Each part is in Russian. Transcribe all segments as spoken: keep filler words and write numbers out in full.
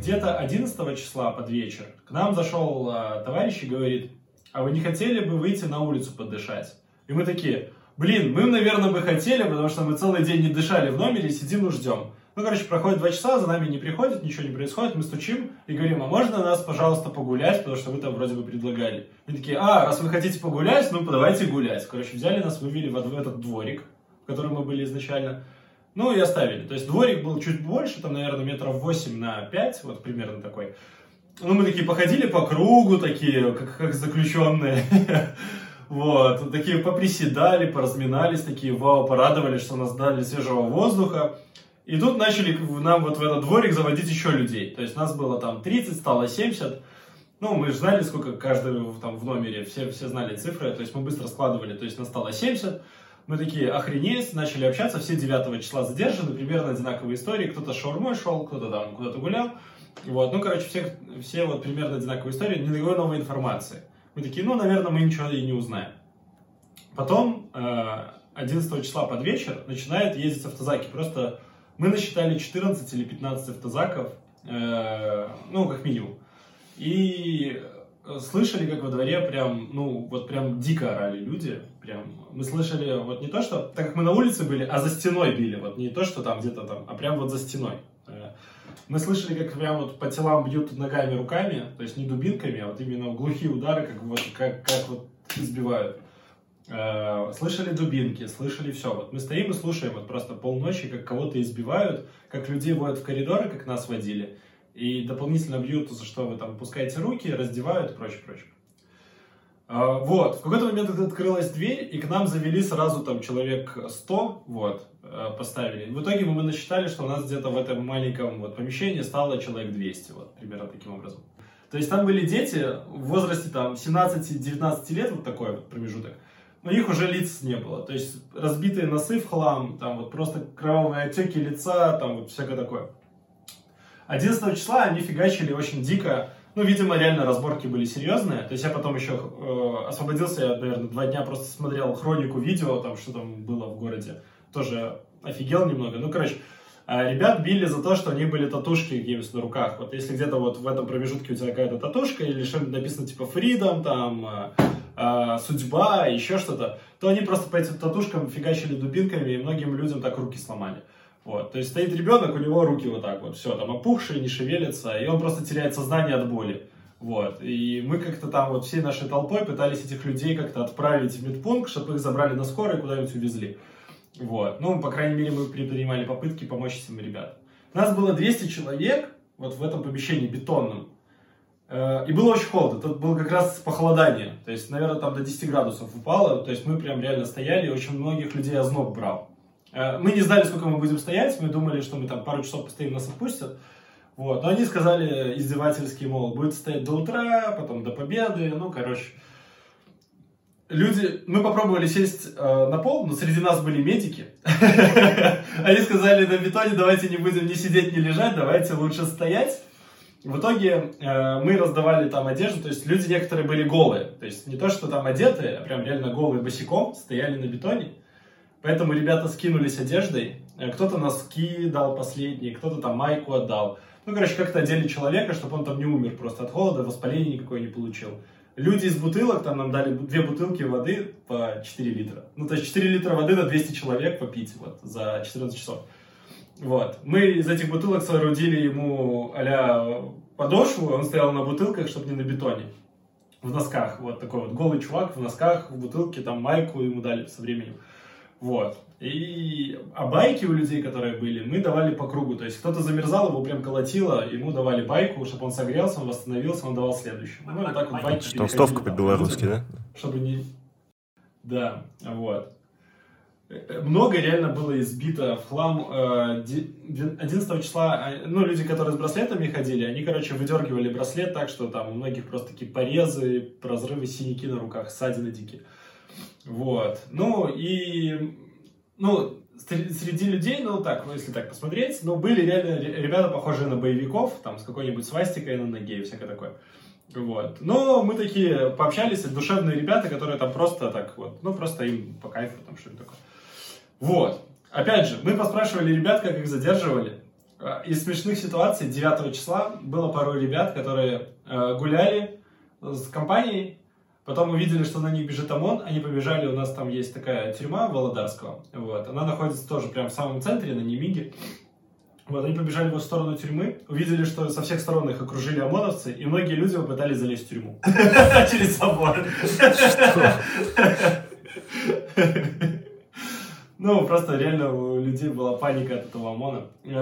где-то одиннадцатого числа под вечер к нам зашел э, товарищ и говорит: а вы не хотели бы выйти на улицу подышать? И мы такие: блин, мы, наверное, бы хотели, потому что мы целый день не дышали в номере и сидим и ждем. Ну, короче, проходит два часа, за нами не приходит, ничего не происходит, мы стучим и говорим: а можно нас, пожалуйста, погулять, потому что вы там вроде бы предлагали. И такие: а, раз вы хотите погулять, ну, давайте гулять. Короче, взяли нас, вывели в этот дворик, в котором мы были изначально, ну, и оставили. То есть дворик был чуть больше, там, наверное, метров восемь на пять, вот примерно такой. Ну, мы такие походили по кругу, такие, как, как заключенные. Вот, такие поприседали, поразминались, такие, вау, порадовались, что нас дали свежего воздуха. И тут начали нам вот в этот дворик заводить еще людей. То есть нас было там тридцать, стало семьдесят. Ну, мы же знали, сколько каждый там в номере, все, все знали цифры. То есть мы быстро складывали, то есть нас стало семьдесят. Мы такие: охренеть, начали общаться, все девятого числа задержаны, примерно одинаковые истории. Кто-то с шаурмой шел, кто-то там куда-то гулял. Вот, ну, короче, все, все вот примерно одинаковые истории, никакой новой информации. Мы такие: ну, наверное, мы ничего и не узнаем. Потом одиннадцатого числа под вечер начинают ездить автозаки. Просто мы насчитали четырнадцать или пятнадцать автозаков, э, ну, как минимум. И слышали, как во дворе прям, ну, вот прям дико орали люди. Прям, мы слышали вот не то, что, так как мы на улице были, а за стеной били. Вот не то, что там где-то там, а прям вот за стеной. Мы слышали, как прям вот по телам бьют ногами, руками, то есть не дубинками, а вот именно глухие удары, как вот, как, как вот избивают. Слышали дубинки, слышали все. Вот мы стоим и слушаем вот просто полночи, как кого-то избивают, как людей водят в коридоры, как нас водили, и дополнительно бьют, за что вы там пускаете руки, раздевают и прочее, прочее. Вот, в какой-то момент открылась дверь, и к нам завели сразу там человек сто, вот, поставили. В итоге мы насчитали, что у нас где-то в этом маленьком вот помещении стало человек двести, вот, примерно таким образом. То есть там были дети в возрасте там семнадцати-девятнадцати лет, вот такой вот промежуток. У них уже лиц не было, то есть разбитые носы в хлам, там вот просто кровавые отеки лица, там вот всякое такое. одиннадцатого числа они фигачили очень дико, ну, видимо, реально разборки были серьезные, то есть я потом еще э, освободился, я, наверное, два дня просто смотрел хронику видео, там, что там было в городе, тоже офигел немного, ну, короче. Ребят били за то, что у них были татушки какие-нибудь на руках. Вот если где-то вот в этом промежутке у тебя какая-то татушка или что-нибудь написано типа Freedom, там, э, судьба, еще что-то, то они просто по этим татушкам фигачили дубинками, и многим людям так руки сломали. Вот. То есть стоит ребенок, у него руки вот так вот, все, там опухшие, не шевелятся, и он просто теряет сознание от боли. Вот. И мы как-то там вот всей нашей толпой пытались этих людей как-то отправить в медпункт, чтобы их забрали на скорой и куда-нибудь увезли. Вот. Ну, по крайней мере, мы предпринимали попытки помочь этим ребятам. Нас было двести человек вот в этом помещении бетонном. И было очень холодно. Тут было как раз похолодание. То есть, наверное, там до десяти градусов упало. То есть, мы прям реально стояли, и очень многих людей озноб брал. Мы не знали, сколько мы будем стоять. Мы думали, что мы там пару часов постоим, нас отпустят. Вот. Но они сказали издевательски, мол, будет стоять до утра, потом до победы. Ну, короче... Люди, мы попробовали сесть э, на пол, но среди нас были медики. Они сказали: на бетоне давайте не будем ни сидеть, ни лежать, давайте лучше стоять. В итоге э, мы раздавали там одежду, то есть люди некоторые были голые. То есть не то, что там одетые, а прям реально голые босиком стояли на бетоне. Поэтому ребята скинулись одеждой. Кто-то носки дал последние, кто-то там майку отдал. Ну, короче, как-то одели человека, чтобы он там не умер просто от холода, воспаления никакой не получил. Люди из бутылок, там нам дали две бутылки воды по четыре литра. Ну, то есть четыре литра воды на двести человек попить вот, за четырнадцать часов. Вот. Мы из этих бутылок соорудили ему а-ля подошву, он стоял на бутылках, чтобы не на бетоне. В носках. Вот такой вот голый чувак в носках, в бутылке, там майку ему дали со временем. Вот. И, а байки у людей, которые были, мы давали по кругу. То есть кто-то замерзал, его прям колотило, ему давали байку, чтобы он согрелся, он восстановился, он давал следующую. Ну, вот так вот байки. Толстовка по-белорусски, да? Чтобы не... Да, вот. Много реально было избито в хлам. одиннадцатого числа, ну, люди, которые с браслетами ходили, они, короче, выдергивали браслет так, что там у многих просто такие порезы, разрывы, синяки на руках, ссадины дикие. Вот. Ну, и, ну, среди людей, ну, так, ну, если так посмотреть, ну, были реально ребята, похожие на боевиков, там, с какой-нибудь свастикой на ноге и всякое такое. Вот. Но мы такие пообщались, душевные ребята, которые там просто так вот, ну, просто им по кайфу, там, что-нибудь такое. Вот. Опять же, мы поспрашивали ребят, как их задерживали. из смешных ситуаций девятого числа было пару ребят, которые э, гуляли с компанией, потом увидели, что на них бежит ОМОН, они побежали, у нас там есть такая тюрьма Володарского, вот, она находится тоже прямо в самом центре, на Немиге. Вот, они побежали в сторону тюрьмы, увидели, что со всех сторон их окружили ОМОНовцы, и многие люди попытались залезть в тюрьму через забор. Ну, просто реально у людей была паника от этого ОМОНа.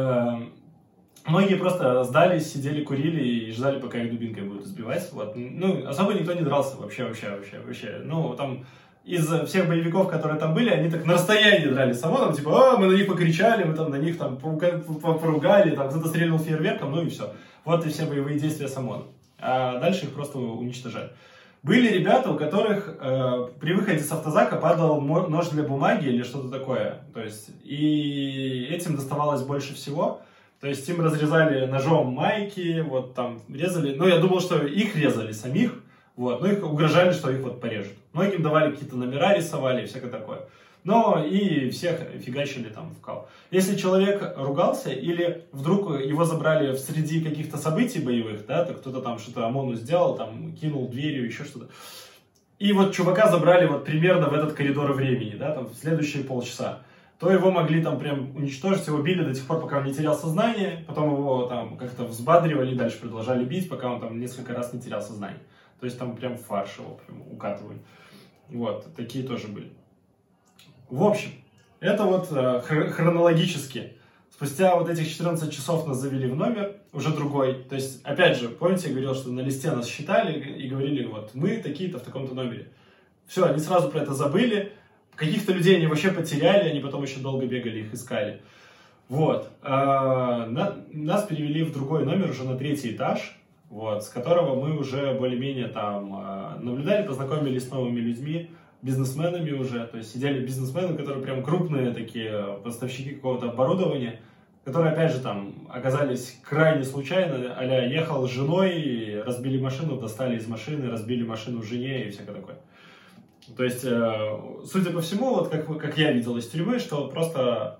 Многие просто сдались, сидели, курили и ждали, пока их дубинкой будут избивать. Вот. Ну, особо никто не дрался вообще, вообще, вообще, вообще. Ну, там из всех боевиков, которые там были, они так на расстоянии дрались с ОМОНом, типа, а, мы на них покричали, мы там на них там поругали, там кто-то стрельнул фейерверком, ну и все. Вот и все боевые действия с ОМОНом. А дальше их просто уничтожали. Были ребята, у которых э, при выходе с автозака падал нож для бумаги или что-то такое. То есть, и этим доставалось больше всего. То есть им разрезали ножом майки, вот там резали. Ну, я думал, что их резали самих, вот, но их угрожали, что их вот порежут. Многим давали какие-то номера, рисовали и всякое такое. Но и всех фигачили там в кал. Если человек ругался или вдруг его забрали в среди каких-то событий боевых, да, то кто-то там что-то ОМОНу сделал, там кинул дверью, еще что-то. И вот чувака забрали вот примерно в этот коридор времени, да, там в следующие полчаса. То его могли там прям уничтожить, его били до тех пор, пока он не терял сознание, потом его там как-то взбадривали и дальше продолжали бить, пока он там несколько раз не терял сознание. То есть там прям фарш его прям укатывали. Вот, такие тоже были. В общем, это вот э, хронологически. Спустя вот этих четырнадцать часов нас завели в номер, уже другой. То есть, опять же, помните, я говорил, что на листе нас считали и говорили, вот, мы такие-то в таком-то номере. Все, они сразу про это забыли. Каких-то людей они вообще потеряли, они потом еще долго бегали, их искали. Вот. Э, на, нас перевели в другой номер, уже на третий этаж, вот, с которого мы уже более-менее там э, наблюдали, познакомились с новыми людьми, бизнесменами уже, то есть сидели бизнесмены, которые прям крупные такие поставщики какого-то оборудования, которые, опять же, там оказались крайне случайно, а-ля ехал с женой, разбили машину, достали из машины, разбили машину жене и всякое такое. То есть, э, судя по всему, вот как, как я видел из тюрьмы, что просто,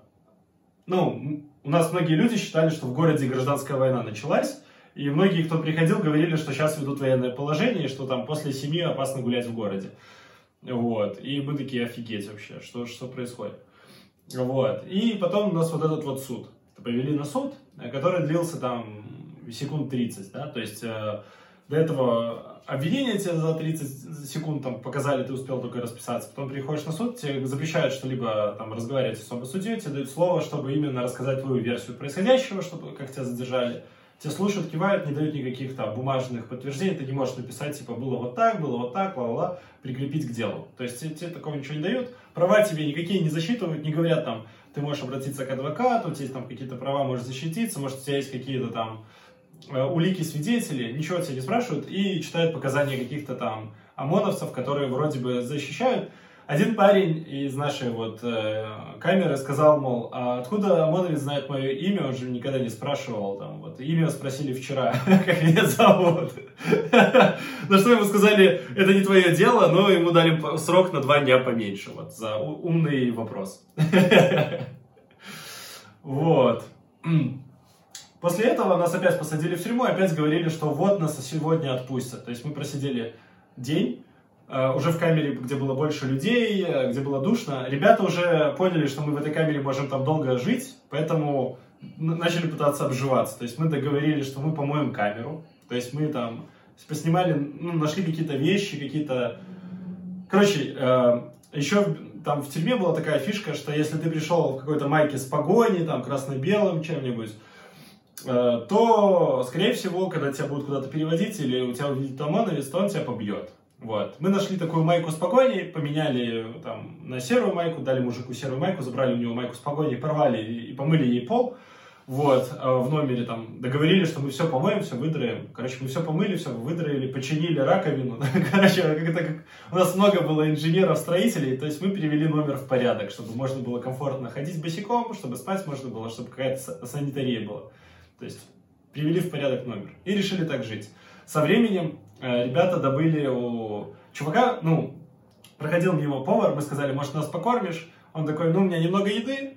ну, у нас многие люди считали, что в городе гражданская война началась, и многие, кто приходил, говорили, что сейчас ведут военное положение, и что там после семи опасно гулять в городе. Вот, и мы такие, офигеть вообще, что, что происходит. Вот, и потом у нас вот этот вот суд. Повели на суд, который длился там секунд тридцать, да, то есть э, до этого обвинение тебе за тридцать секунд там показали, ты успел только расписаться, потом приходишь на суд, тебе запрещают что-либо там разговаривать с особой судьей, тебе дают слово, чтобы именно рассказать твою версию происходящего, чтобы как тебя задержали. Тебя слушают, кивают, не дают никаких там бумажных подтверждений, ты не можешь написать, типа, было вот так, было вот так, ла-ла-ла, прикрепить к делу. То есть тебе, тебе такого ничего не дают, права тебе никакие не засчитывают, не говорят там, ты можешь обратиться к адвокату, у тебя есть там какие-то права, можешь защититься, может у тебя есть какие-то там э, улики свидетелей, ничего тебя не спрашивают и читают показания каких-то там ОМОНовцев, которые вроде бы защищают. Один парень из нашей вот э, камеры сказал, мол, а откуда ОМОНовец знает мое имя, он же никогда не спрашивал, там, вот, имя спросили вчера, как меня зовут. На что ему сказали, это не твое дело, но ему дали срок на два дня поменьше, вот, за умный вопрос. Вот. После этого нас опять посадили в тюрьму, опять говорили, что вот нас сегодня отпустят. То есть мы просидели день, уже в камере, где было больше людей, где было душно. Ребята уже поняли, что мы в этой камере можем там долго жить, поэтому начали пытаться обживаться. То есть мы договорились, что мы помоем камеру. То есть мы там поснимали, ну, нашли какие-то вещи, какие-то... Короче, э, еще там в тюрьме была такая фишка, что если ты пришел в какой-то майке с погоней, там красно-белым чем-нибудь, э, то, скорее всего, когда тебя будут куда-то переводить или у тебя увидит ОМОНовец, то он тебя побьет. Вот. Мы нашли такую майку с погоней, поменяли там на серую майку, дали мужику серую майку, забрали у него майку с погоней, порвали и помыли ей пол. Вот, в номере там договорились, что мы все помоем, все выдраем. Короче, мы все помыли, все выдраили, починили раковину. Короче, как это, как... у нас много было инженеров-строителей, то есть мы перевели номер в порядок, чтобы можно было комфортно ходить босиком, чтобы спать можно было, чтобы какая-то санитария была. То есть привели в порядок номер и решили так жить. Со временем э, ребята добыли у чувака, ну, проходил мимо повар, мы сказали, может, нас покормишь? Он такой, ну, у меня немного еды,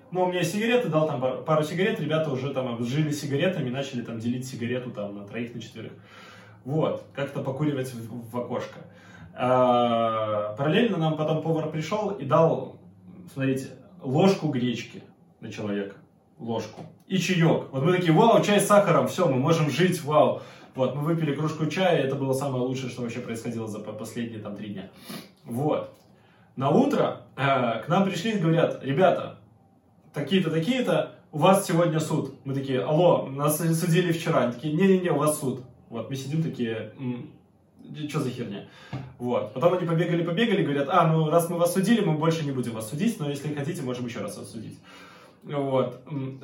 Ну, у меня сигареты, дал там пару, пару сигарет, ребята уже там обжили сигаретами, начали там делить сигарету там на троих, на четверых. Вот, как-то покуривать в, в окошко. А, параллельно нам потом повар пришел и дал, смотрите, ложку гречки на человека. Ложку. И чаек. Вот мы такие, вау, чай с сахаром, все, мы можем жить, вау. Вот, мы выпили кружку чая, и это было самое лучшее, что вообще происходило за последние там три дня. Вот. На утро э, к нам пришли и говорят, ребята, такие-то, такие-то, у вас сегодня суд. Мы такие, алло, нас судили вчера. Они такие, не-не-не, у вас суд. Вот, мы сидим такие, что за херня? Вот. Потом они побегали-побегали, говорят, а, ну раз мы вас судили, мы больше не будем вас судить, но если хотите, можем еще раз вас судить. Вот.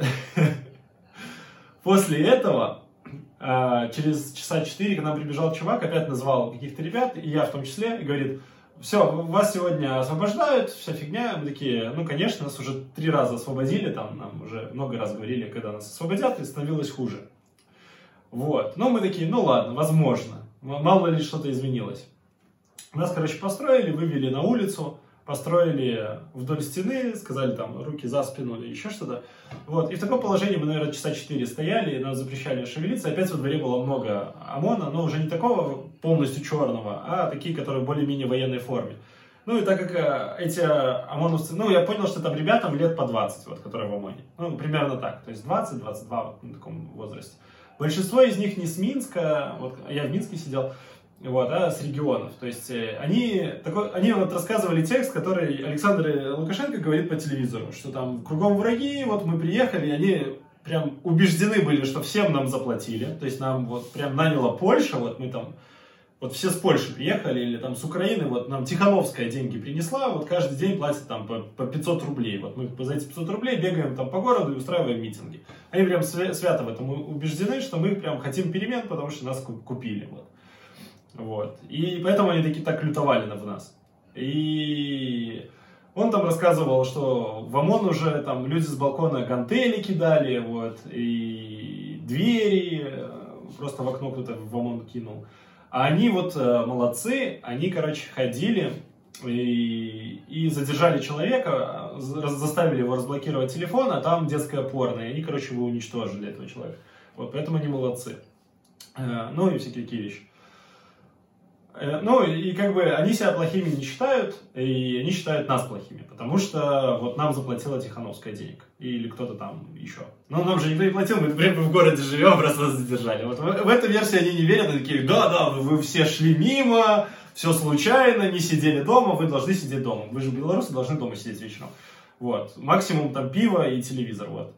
После этого, через часа четыре к нам прибежал чувак, опять назвал каких-то ребят, и я в том числе, и говорит, все, вас сегодня освобождают, вся фигня. Мы такие, ну, конечно, нас уже три раза освободили, там, нам уже много раз говорили, когда нас освободят, и становилось хуже. Вот, ну, мы такие, ну, ладно, возможно, мало ли что-то изменилось. Нас, короче, построили, вывели на улицу, построили вдоль стены, сказали там руки за спину или еще что-то. Вот, и в таком положении мы, наверное, часа четыре стояли, нас запрещали шевелиться. Опять во дворе было много ОМОНа, но уже не такого полностью черного, а такие, которые в более-менее военной форме. Ну и так как эти ОМОНовцы, ну я понял, что там ребятам лет по двадцать, вот, которые в ОМОНе. Ну, примерно так, то есть двадцать-двадцать два вот, в таком возрасте. Большинство из них не с Минска, вот я в Минске сидел, вот, а с регионов. То есть они, такой, они вот рассказывали текст, который Александр Лукашенко говорит по телевизору, что там кругом враги, вот мы приехали, и они прям убеждены были, что всем нам заплатили. То есть нам вот прям наняла Польша, вот мы там, вот все с Польши приехали, или там с Украины, вот нам Тихановская деньги принесла, вот каждый день платят там по, по пятьсот рублей. Вот мы за эти пятьсот рублей бегаем там по городу и устраиваем митинги. Они прям свято в этом убеждены, что мы прям хотим перемен, потому что нас купили. Вот. Вот. И поэтому они такие так лютовали в нас. И он там рассказывал, что в ОМОН уже там люди с балкона гантели кидали, вот, и двери просто в окно кто-то в ОМОН кинул. А они вот молодцы, они, короче, ходили и, и задержали человека, заставили его разблокировать телефон, а там детское порно, и они, короче, его уничтожили, этого человека. Вот, поэтому они молодцы. Ну и всякие такие вещи. Ну и как бы они себя плохими не считают, и они считают нас плохими, потому что вот нам заплатила Тихановская денег, или кто-то там еще. Но нам же никто не платил, мы прямо в городе живем, просто нас задержали. Вот в, в эту версию они не верят, они такие, да-да, вы, вы все шли мимо, все случайно, не сидели дома, вы должны сидеть дома. Вы же белорусы, должны дома сидеть вечером. Вот, максимум там пиво и телевизор, вот.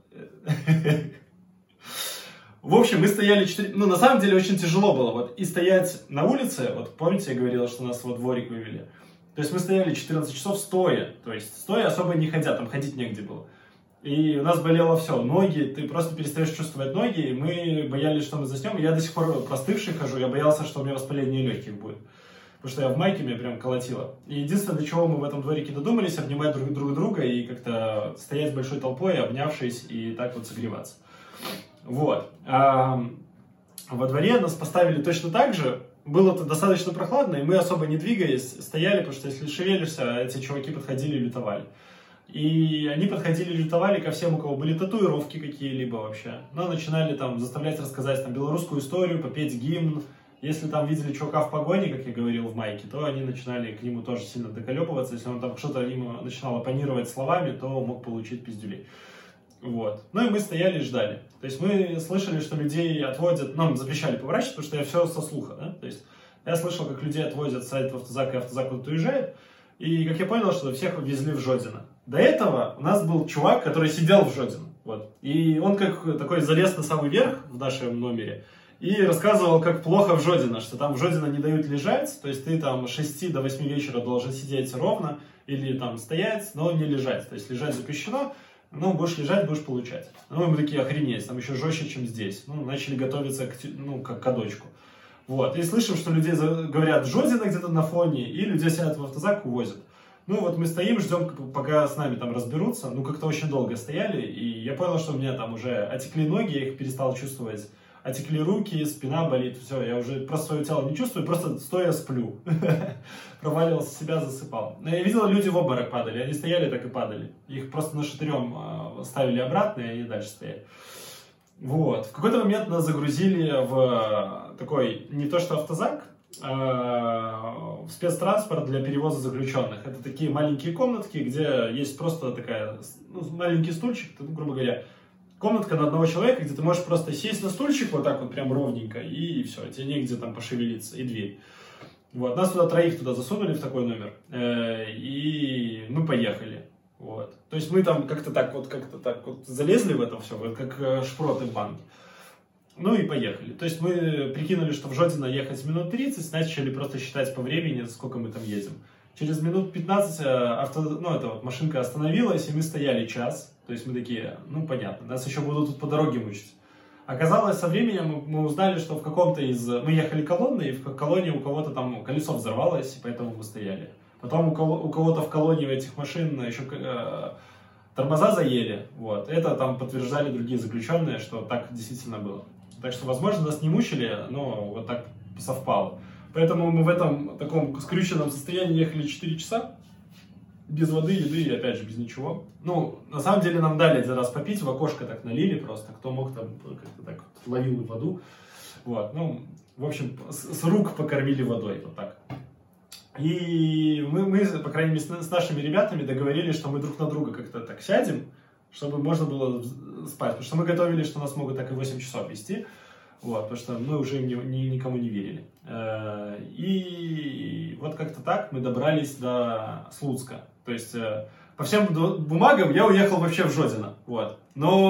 В общем, мы стояли четыре... Ну, на самом деле, очень тяжело было. Вот, и стоять на улице, вот помните, я говорил, что нас во дворик вывели? То есть мы стояли четырнадцать часов стоя. То есть стоя особо не ходя, там ходить негде было. И у нас болело все. Ноги, ты просто перестаешь чувствовать ноги. И мы боялись, что мы заснем. И я до сих пор простывший хожу. Я боялся, что у меня воспаление легких будет. Потому что я в майке, меня прям колотило. И единственное, до чего мы в этом дворике додумались, обнимать друг, друг друга и как-то стоять большой толпой, обнявшись, и так вот согреваться. Вот. А во дворе нас поставили точно так же. Было достаточно прохладно, и мы особо не двигаясь стояли, потому что если шевелишься, эти чуваки подходили и лютовали. И они подходили и лютовали ко всем, у кого были татуировки какие-либо вообще. Но начинали там заставлять рассказать там белорусскую историю, попеть гимн. Если там видели чувака в погоне, как я говорил в майке, то они начинали к нему тоже сильно доколепываться. Если он там что-то им начинал оппонировать словами, то мог получить пиздюлей. Вот. Ну и мы стояли и ждали. То есть мы слышали, что людей отводят, нам запрещали поворачивать, потому что я все со слуха, да? То есть я слышал, как людей отвозят садят в автозак, и автозак куда-то уезжает. И как я понял, что всех везли в Жодино. До этого у нас был чувак, который сидел в Жодино. Вот. И он как такой залез на самый верх в нашем номере и рассказывал, как плохо в Жодино, что там в Жодино не дают лежать, то есть ты там с шести до восьми вечера должен сидеть ровно или там стоять, но не лежать. То есть лежать запрещено. Ну, будешь лежать, будешь получать. Ну, мы такие, охренеть, там еще жестче, чем здесь. Ну, начали готовиться к, ну, к кадочку. Вот, и слышим, что людей говорят Жодино где-то на фоне, и людей сядут в автозак, увозят. Ну, вот мы стоим, ждем, пока с нами там разберутся. Ну, как-то очень долго стояли, и я понял, что у меня там уже отекли ноги, я их перестал чувствовать отекли руки, спина болит, все, я уже просто свое тело не чувствую, просто стоя сплю. Проваливался в себя, засыпал. Но я видел, люди в обморок падали, они стояли, так и падали. Их просто на шатырем ставили обратно, и они дальше стояли. Вот. В какой-то момент нас загрузили в такой, не то что автозак, а в спецтранспорт для перевоза заключенных. Это такие маленькие комнатки, где есть просто такая, ну, маленький стульчик, ну, грубо говоря, комнатка на одного человека, где ты можешь просто сесть на стульчик вот так вот прям ровненько, и все, тебе негде там пошевелиться, и дверь. Вот. Нас туда троих туда засунули в такой номер, и мы поехали. Вот. То есть мы там как-то так вот, как-то так вот залезли в это все, вот как шпроты в банке. Ну и поехали. То есть мы прикинули, что в Жодино ехать минут тридцать, начали просто считать по времени, сколько мы там едем. Через минут пятнадцать авто, ну, это вот, машинка остановилась, и мы стояли час. То есть мы такие, ну понятно, нас еще будут тут по дороге мучить. Оказалось, со временем мы узнали, что в каком-то из... Мы ехали колонной, и в колонне у кого-то там колесо взорвалось, и поэтому мы стояли. Потом у, кого- у кого-то в колонне в этих машин еще э, тормоза заели. Вот. Это там подтверждали другие заключенные, что так действительно было. Так что, возможно, нас не мучили, но вот так совпало. Поэтому мы в этом таком скрюченном состоянии ехали четыре часа. Без воды, еды и, опять же, без ничего. Ну, на самом деле, нам дали один раз попить, в окошко так налили просто. Кто мог, там как-то так вот ловил воду. Вот, ну, в общем, с, с рук покормили водой, вот так. И мы, мы, по крайней мере, с нашими ребятами договорились, что мы друг на друга как-то так сядем, чтобы можно было спать. Потому что мы готовили, что нас могут так и восемь часов вести. Вот, потому что мы уже ни, ни, никому не верили. И вот как-то так мы добрались до Слуцка. То есть по всем бумагам я уехал вообще в Жодино. Вот.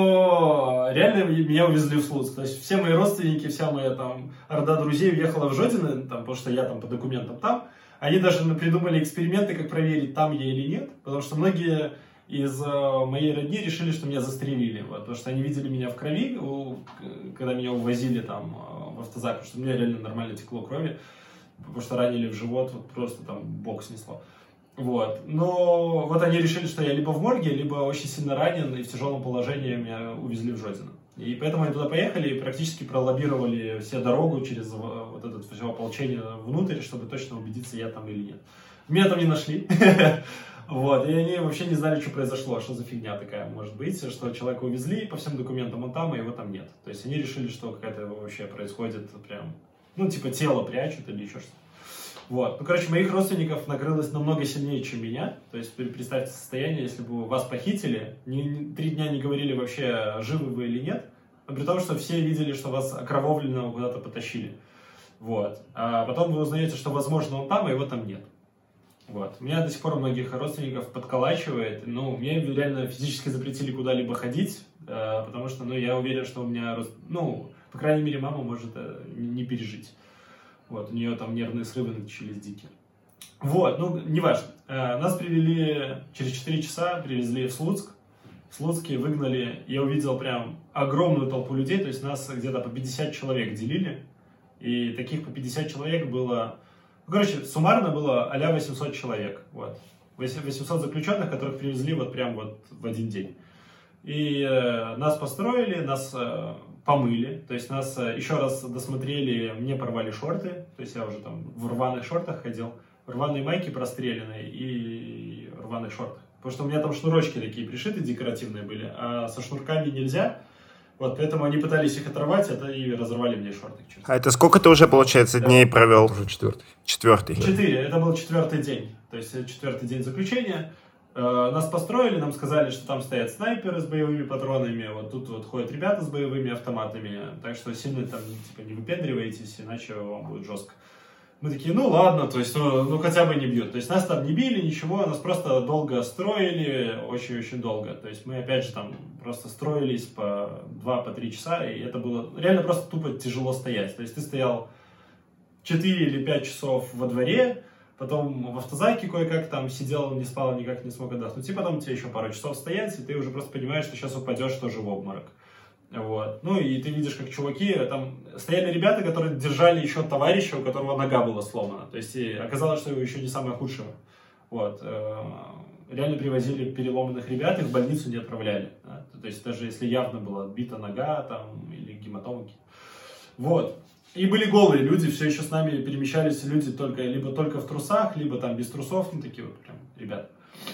Но реально меня увезли в Слуцк. То есть все мои родственники, вся моя там орда друзей уехала в Жодино, там, потому что я там по документам там. Они даже придумали эксперименты, как проверить, там я или нет. Потому что многие из моей родни решили, что меня застрелили. Вот, потому что они видели меня в крови, когда меня увозили там в автозак, потому что у меня реально нормально текло крови. Потому что ранили в живот, вот просто там бок снесло. Вот. Но вот они решили, что я либо в морге, либо очень сильно ранен, и в тяжелом положении меня увезли в Жодино. И поэтому они туда поехали и практически пролоббировали все дорогу через вот это все ополчение внутрь, чтобы точно убедиться, я там или нет. Меня там не нашли. Вот, и они вообще не знали, что произошло, что за фигня такая может быть, что человека увезли, по всем документам он там, а его там нет. То есть они решили, что какая-то вообще происходит прям, ну, типа тело прячут или еще что-то. Вот, ну, короче, моих родственников накрылось намного сильнее, чем меня. То есть представьте состояние, если бы вас похитили, ни, ни, три дня не говорили вообще, живы вы или нет, но при том, что все видели, что вас окровавленного куда-то потащили. Вот, а потом вы узнаете, что, возможно, он там, а его там нет. Вот. Меня до сих пор многих родственников подколачивает. Ну, мне реально физически запретили куда-либо ходить, э, потому что, ну, я уверен, что у меня, ну, по крайней мере, мама может э, не пережить. Вот, у нее там нервные срывы начались дикие. Вот, ну, неважно. Э, нас привели через четыре часа, привезли в Слуцк. В Слуцке выгнали, я увидел прям огромную толпу людей, то есть нас где-то по пятьдесят человек делили. И таких по пятьдесят человек было... Ну, короче, суммарно было а-ля восемьсот человек, вот. восемьсот заключенных, которых привезли вот прям вот в один день. И э, нас построили, нас э, помыли, то есть нас э, еще раз досмотрели, мне порвали шорты, то есть я уже там в рваных шортах ходил, в рваной майке простреленной и рваных шортах. Потому что у меня там шнурочки такие пришиты декоративные были, а со шнурками нельзя. Вот, поэтому они пытались их оторвать, это и разорвали мне шорты. А это сколько ты уже, получается, дней провел? Уже четвертый. Четвертый. Четыре. Это был четвертый день. То есть четвертый день заключения. Э, нас построили, нам сказали, что там стоят снайперы с боевыми патронами, вот тут вот ходят ребята с боевыми автоматами, так что сильно там типа не выпендривайтесь, иначе вам будет жестко. Мы такие, ну ладно, то есть, ну, ну хотя бы не бьют. То есть нас там не били, ничего, нас просто долго строили, очень-очень долго. То есть мы опять же там просто строились по два-по три часа, и это было реально просто тупо тяжело стоять. То есть ты стоял четыре или пять часов во дворе, потом в автозаке кое-как там сидел, не спал, никак не смог отдохнуть, и потом тебе еще пару часов стоять, и ты уже просто понимаешь, что сейчас упадешь тоже в обморок. Вот. Ну и ты видишь, как чуваки, там стояли ребята, которые держали еще товарища, у которого нога была сломана. То есть и оказалось, что его еще не самое худшее. Вот. Реально привозили переломанных ребят, их в больницу не отправляли. Да? То есть даже если явно была отбита нога там, или гематомы. Вот. И были голые люди, все еще с нами перемещались люди только, либо только в трусах, либо там без трусов, ну такие вот прям ребята.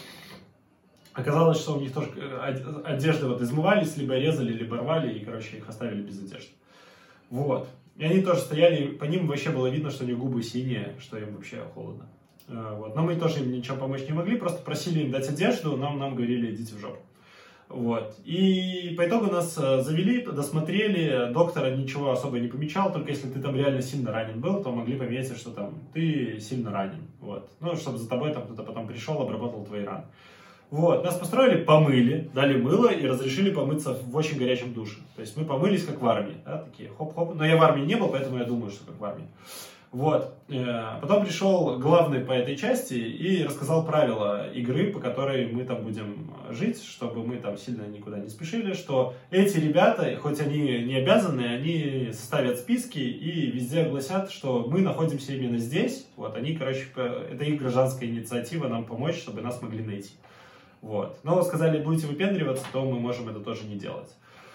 Оказалось, что у них тоже одежды вот измывались, либо резали, либо рвали, и, короче, их оставили без одежды. Вот. И они тоже стояли, по ним вообще было видно, что у них губы синие, что им вообще холодно. Вот. Но мы тоже им ничем помочь не могли, просто просили им дать одежду, нам, нам говорили, идите в жопу. Вот. И по итогу нас завели, досмотрели, доктора ничего особо не помечал, только если ты там реально сильно ранен был, то могли пометить, что там ты сильно ранен. Вот. Ну, чтобы за тобой там кто-то потом пришел, обработал твои раны. Вот, нас построили, помыли, дали мыло и разрешили помыться в очень горячем душе. То есть мы помылись как в армии, да, такие хоп-хоп. Но я в армии не был, поэтому я думаю, что как в армии. Вот, потом пришел главный по этой части и рассказал правила игры, по которой мы там будем жить, чтобы мы там сильно никуда не спешили, что эти ребята, хоть они не обязаны, они составят списки и везде огласят, что мы находимся именно здесь. Вот, они, короче, это их гражданская инициатива нам помочь, чтобы нас могли найти. Вот. Но сказали, будете выпендриваться, то мы можем это тоже не делать.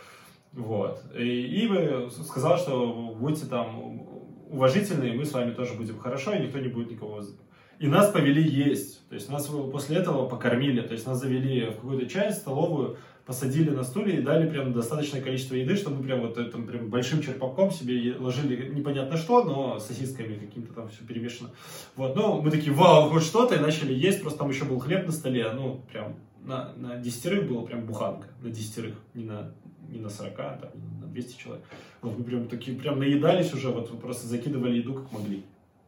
Вот. И, и сказал, что будьте там уважительные, мы с вами тоже будем хорошо, и никто не будет никого... И нас повели есть. То есть нас после этого покормили. То есть нас завели в какую-то часть, столовую, посадили на стулья и дали прям достаточное количество еды, чтобы мы прям вот этим прям большим черпаком себе ложили непонятно что, но сосисками каким-то там все перемешано. Вот, ну, мы такие, вау, хоть что-то, и начали есть, просто там еще был хлеб на столе, ну, прям на, на десятерых было прям буханка, на десятерых, не на, не на сорока, там, на двести человек. Вот, мы прям такие, прям наедались уже, вот, просто закидывали еду как могли.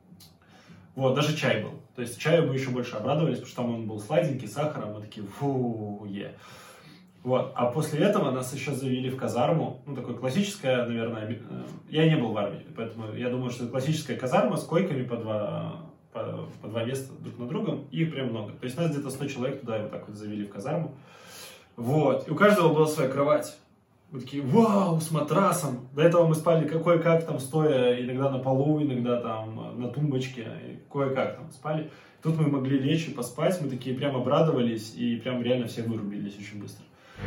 Вот, даже чай был. То есть чаю мы еще больше обрадовались, потому что там он был сладенький, с сахаром, мы такие, фу, е. Вот. А после этого нас еще завели в казарму, ну, такое классическое, наверное, я не был в армии, поэтому я думаю, что это классическая казарма с койками по два, по, по два места друг на другом, и их прям много. То есть нас где-то сто человек туда вот так вот завели в казарму. Вот. И у каждого была своя кровать. Мы такие, вау, с матрасом. До этого мы спали кое-как там стоя, иногда на полу, иногда там на тумбочке, кое-как там спали. Тут мы могли лечь и поспать, мы такие прям обрадовались и прям реально все вырубились очень быстро.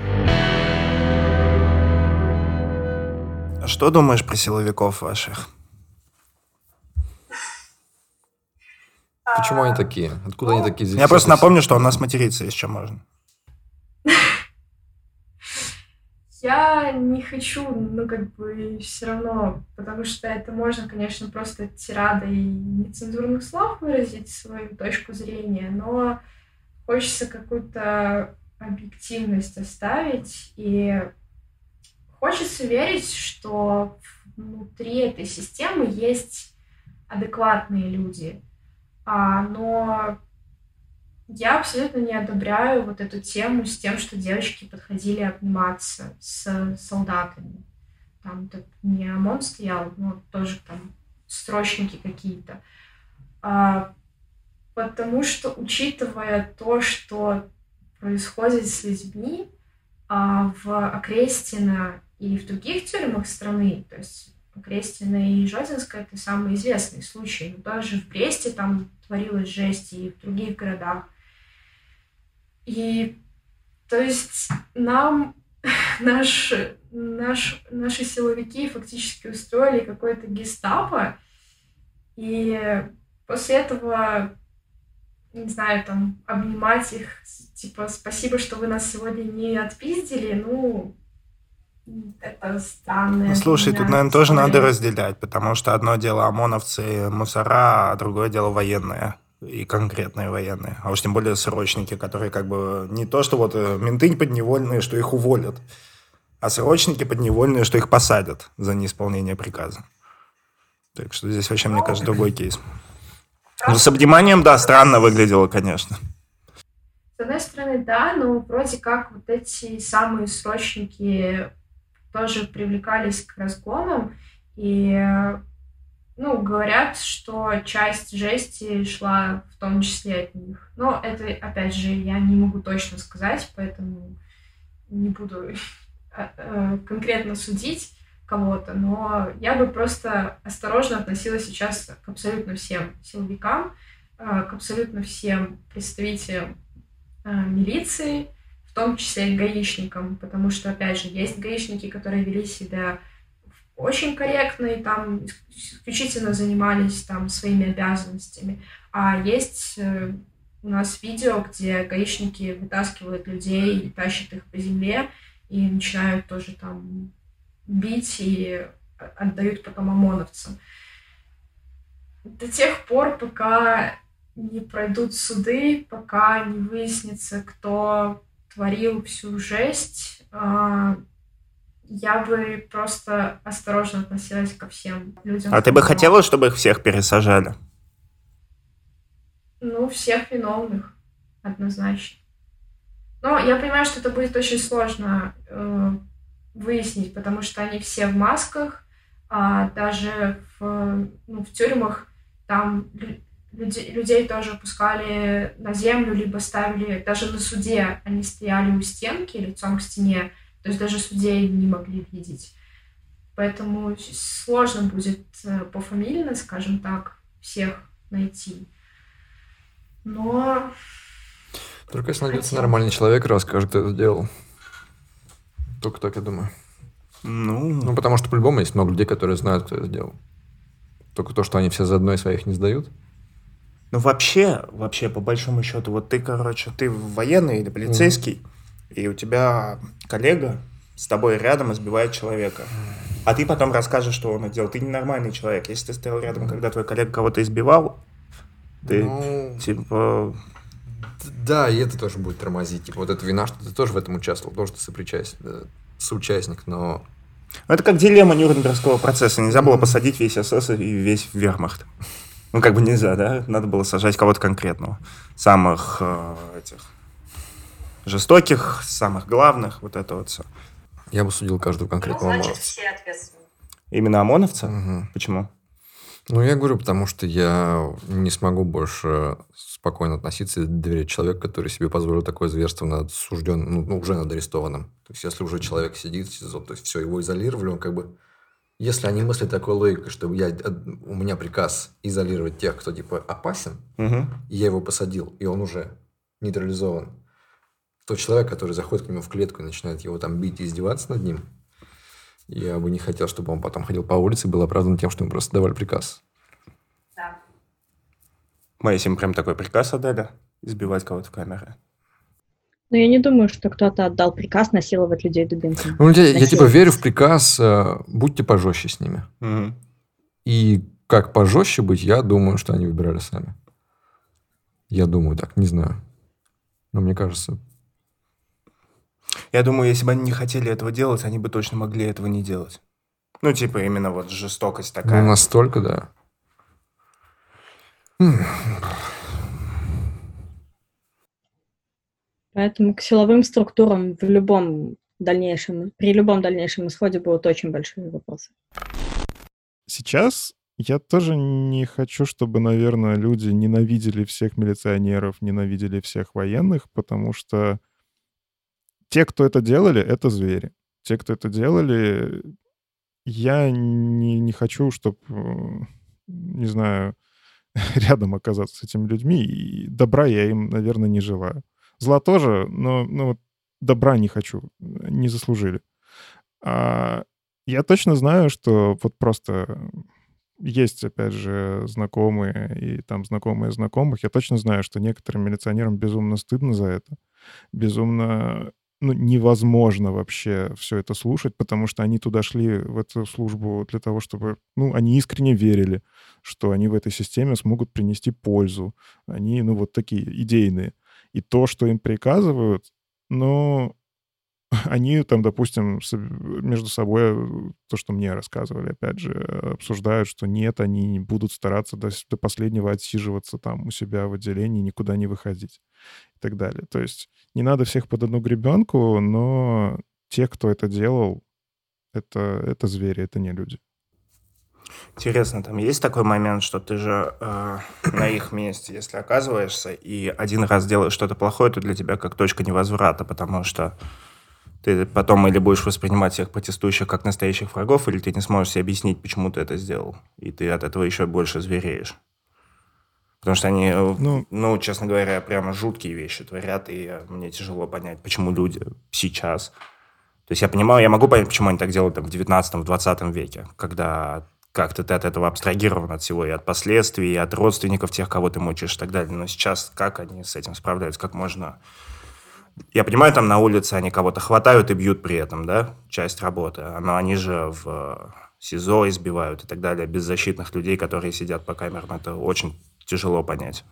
А что думаешь про силовиков ваших? Почему они такие? Откуда они такие? Здесь Я просто это- напомню, что у нас материться еще можно. Я не хочу, ну, как бы, все равно, потому что это можно, конечно, просто тирадой нецензурных слов выразить свою точку зрения, но хочется какую-то объективность оставить, и хочется верить, что внутри этой системы есть адекватные люди, а, но я абсолютно не одобряю вот эту тему с тем, что девочки подходили обниматься с солдатами. Там тут не ОМОН стоял, но тоже там срочники какие-то. А, потому что, учитывая то, что происходит с людьми а, в Окрестино и в других тюрьмах страны, то есть Окрестино и Жодинское — это самые известные случаи, но даже в Бресте там творилась жесть, и в других городах. И, то есть, нам наш, наш, наши силовики фактически устроили какое-то гестапо, и после этого, не знаю, там, обнимать их, типа, спасибо, что вы нас сегодня не отпиздили, ну, это странно. Ну, слушай, тут, наверное, тоже надо разделять, потому что одно дело ОМОНовцы, мусора, а другое дело военные. И конкретные военные. А уж тем более срочники, которые как бы не то, что вот менты подневольные, что их уволят, а срочники подневольные, что их посадят за неисполнение приказа. Так что здесь вообще, мне кажется, другой кейс. Ну, с обниманием, да, странно выглядело, конечно. С одной стороны, да, но вроде как вот эти самые срочники тоже привлекались к разгонам, и, ну, говорят, что часть жести шла в том числе от них. Но это, опять же, я не могу точно сказать, поэтому не буду конкретно судить кого-то, но я бы просто осторожно относилась сейчас к абсолютно всем силовикам, к абсолютно всем представителям милиции, в том числе и гаишникам, потому что, опять же, есть гаишники, которые вели себя очень корректно и там исключительно занимались там своими обязанностями. А есть э, у нас видео, где гаишники вытаскивают людей и тащат их по земле и начинают тоже там бить и отдают потом ОМОНовцам. До тех пор, пока не пройдут суды, пока не выяснится, кто творил всю жесть, э, я бы просто осторожно относилась ко всем людям. А ты бы хотела, чтобы их всех пересажали? Ну, всех виновных, однозначно. Но я понимаю, что это будет очень сложно э, выяснить, потому что они все в масках, а даже в, ну, в тюрьмах там люди, людей тоже опускали на землю, либо ставили, даже на суде они стояли у стенки лицом к стене, то есть даже судей не могли видеть. Поэтому сложно будет пофамильно, скажем так, всех найти. Но... Только если найдется нормальный человек, расскажет, кто это сделал. Только так, я думаю. Ну... Ну, потому что по-любому есть много людей, которые знают, кто это сделал. Только то, что они все заодно и своих не сдают. Ну, вообще, вообще, по большому счету, вот ты, короче, ты военный или полицейский, mm-hmm. и у тебя коллега с тобой рядом избивает человека. А ты потом расскажешь, что он сделал. Ты ненормальный человек. Если ты стоял рядом, когда твой коллега кого-то избивал, ты, ну... типа... Да, и это тоже будет тормозить. Типа, вот эта вина, что ты тоже в этом участвовал, потому что ты сопричастник, соучастник, но... Это как дилемма Нюрнбергского процесса. Нельзя было посадить весь СС и весь вермахт. Ну, как бы нельзя, да? Надо было сажать кого-то конкретного. Самых э, этих жестоких, самых главных, вот это вот все. Я бы судил каждого конкретного ну, значит, ОМОНовца. все ответственны. Именно ОМОНовца? Угу. Почему? Ну, я говорю, потому что я не смогу больше спокойно относиться и доверять человеку, который себе позволил такое зверство над осужденным, ну, уже над арестованным. То есть, если уже человек сидит в СИЗО, то есть, все, его изолировали, он как бы... Если они мыслят такой логикой, что я, у меня приказ изолировать тех, кто, типа, опасен, угу. и я его посадил, и он уже нейтрализован, тот человек, который заходит к нему в клетку и начинает его там бить и издеваться над ним, я бы не хотел, чтобы он потом ходил по улице и был оправдан тем, что ему просто давали приказ. Да. Мы если им прям такой приказ отдали, избивать кого-то в камере. Но я не думаю, что кто-то отдал приказ насиловать людей дубинками. Ну, я, я типа верю в приказ, э, будьте пожестче с ними. Угу. И как пожестче быть, я думаю, что они выбирали сами. Я думаю так, не знаю. Но мне кажется... Я думаю, если бы они не хотели этого делать, они бы точно могли этого не делать. Ну, типа, именно вот жестокость такая. Ну, настолько, да. Поэтому к силовым структурам в любом дальнейшем, при любом дальнейшем исходе будут очень большие вопросы. Сейчас я тоже не хочу, чтобы, наверное, люди ненавидели всех милиционеров, ненавидели всех военных, потому что те, кто это делали, это звери. Те, кто это делали, я не, не хочу, чтобы, не знаю, рядом оказаться с этими людьми, и добра я им, наверное, не желаю. Зла тоже, но, но добра не хочу, не заслужили. А я точно знаю, что вот просто есть, опять же, знакомые и там знакомые знакомых. Я точно знаю, что некоторым милиционерам безумно стыдно за это. Безумно, ну, невозможно вообще все это слушать, потому что они туда шли, в эту службу, для того, чтобы... Ну, они искренне верили, что они в этой системе смогут принести пользу. Они, ну, вот такие идейные. И то, что им приказывают, ну, они там, допустим, между собой, то, что мне рассказывали, опять же, обсуждают, что нет, они будут стараться до, до последнего отсиживаться там у себя в отделении, никуда не выходить и так далее. То есть не надо всех под одну гребенку, но те, кто это делал, это, это звери, это не люди. Интересно, там есть такой момент, что ты же э, на их месте, если оказываешься, и один раз делаешь что-то плохое, то для тебя как точка невозврата, потому что ты потом или будешь воспринимать всех протестующих как настоящих врагов, или ты не сможешь себе объяснить, почему ты это сделал, и ты от этого еще больше звереешь. Потому что они, ну, ну честно говоря, прямо жуткие вещи творят, и мне тяжело понять, почему люди сейчас То есть я понимаю, я могу понять, почему они так делают там, в девятнадцатом-двадцатом веке, когда как-то ты от этого абстрагирован от всего, и от последствий, и от родственников тех, кого ты мучаешь и так далее. Но сейчас как они с этим справляются, как можно... Я понимаю, там на улице они кого-то хватают и бьют при этом, да, часть работы, но они же в СИЗО избивают и так далее, беззащитных людей, которые сидят по камерам, это очень тяжело понять.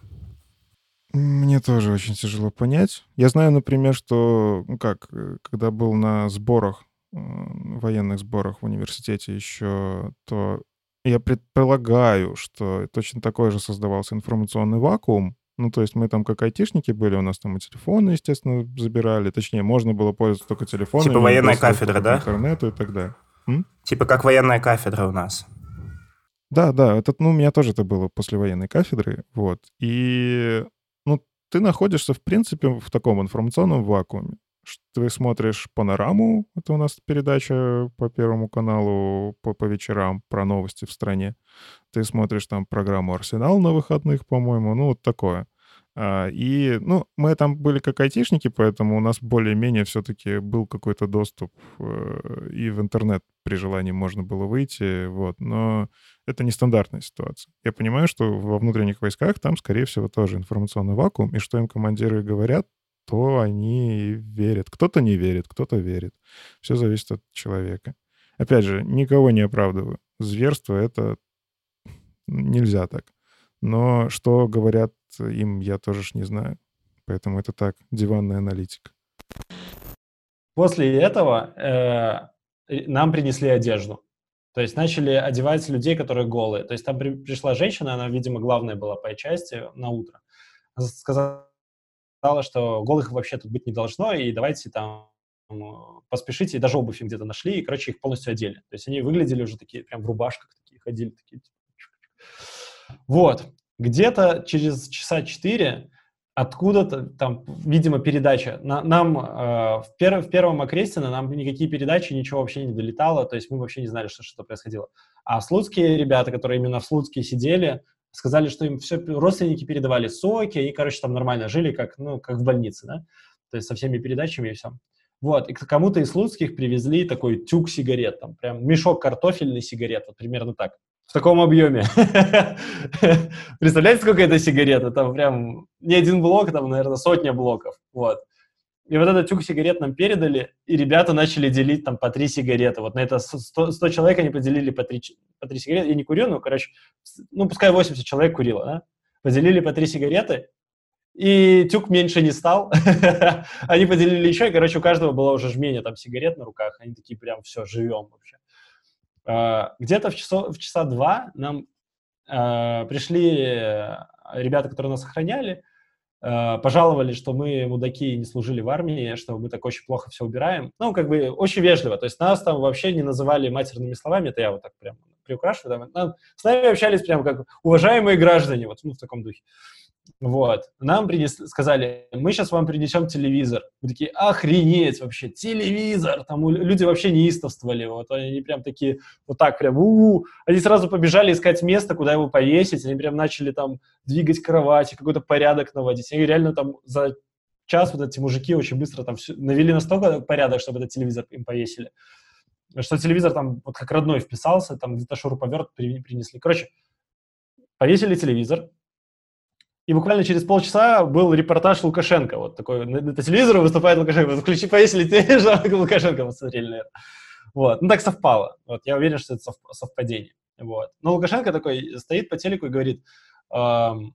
Мне тоже очень тяжело понять. Я знаю, например, что, ну как, когда был на сборах, военных сборах в университете еще, то я предполагаю, что точно такой же создавался информационный вакуум. Ну, то есть мы там как айтишники были, у нас там и телефоны, естественно, забирали. Точнее, можно было пользоваться только телефонами. Типа военная кафедра, да? Интернету и так далее. М? Типа как военная кафедра у нас. Да, да, это, ну, у меня тоже это было после военной кафедры, вот. И, ну, ты находишься, в принципе, в таком информационном вакууме. Ты смотришь «Панораму», это у нас передача по Первому каналу по, по вечерам про новости в стране. Ты смотришь там программу «Арсенал» на выходных, по-моему, ну, вот такое. А, и, ну, мы там были как айтишники, поэтому у нас более-менее все-таки был какой-то доступ, э, и в интернет при желании можно было выйти, вот, но это нестандартная ситуация. Я понимаю, что во внутренних войсках там, скорее всего, тоже информационный вакуум, и что им командиры говорят, то они верят. Кто-то не верит, кто-то верит. Все зависит от человека. Опять же, никого не оправдываю. Зверство — это нельзя так. Но что говорят им, я тоже ж не знаю. Поэтому это так, диванная аналитика. После этого э, нам принесли одежду. То есть начали одевать людей, которые голые. То есть там при, пришла женщина, она, видимо, главная была по части на утро. Она сказала, что голых вообще тут быть не должно, и давайте там поспешите, и даже обувь им где-то нашли, и, короче, их полностью одели. То есть они выглядели уже такие, прям в рубашках такие, ходили такие. Вот. Где-то через часа четыре откуда-то там, видимо, передача. На, нам э, в, пер, в первом Окрестино нам никакие передачи, ничего вообще не долетало, то есть мы вообще не знали, что что происходило. А слуцкие ребята, которые именно в Слуцке сидели, сказали, что им все родственники передавали соки, и, короче, там нормально жили, как, ну, как в больнице, да, то есть со всеми передачами и все. Вот, и кому-то из слуцких привезли такой тюк сигарет, там прям мешок картофельный сигарет, вот примерно так, в таком объеме. Представляете, сколько это сигарет? Там прям не один блок, там, наверное, сотня блоков, вот. И вот этот тюк сигарет нам передали, и ребята начали делить там по три сигареты. Вот на это сто, сто человек они поделили по три, по три сигареты. Я не курю, ну, короче, ну, пускай восемьдесят человек курило, да? Поделили по три сигареты, и тюк меньше не стал. Они поделили еще, и, короче, у каждого было уже жменя там сигарет на руках. Они такие прям, все, живем вообще. Uh, где-то в, часо, в часа два нам uh, пришли ребята, которые нас охраняли, uh, пожаловали, что мы, мудаки, не служили в армии, что мы так очень плохо все убираем. Ну, как бы, очень вежливо. То есть нас там вообще не называли матерными словами, это я вот так прям приукрашиваю. Там, с нами общались прям как уважаемые граждане, вот, ну, в таком духе. Вот. Нам принесли, сказали, мы сейчас вам принесем телевизор. Мы такие, охренеть вообще, телевизор! Там люди вообще неистовствовали. Вот они прям такие, вот так прям, у-у-у. Они сразу побежали искать место, куда его повесить. Они прям начали там двигать кровати, какой-то порядок наводить. И реально там за час вот эти мужики очень быстро там все, навели настолько порядок, чтобы этот телевизор им повесили. Что телевизор там вот как родной вписался, там где-то шуруповерт принесли. Короче, повесили телевизор. И буквально через полчаса был репортаж Лукашенко. Вот такой, на телевизоре выступает Лукашенко. Включи, повесили телевизор, Лукашенко посмотрели, наверное. Вот. Ну, так совпало. Вот. Я уверен, что это совпадение. Вот. Но Лукашенко такой стоит по телеку и говорит, эм,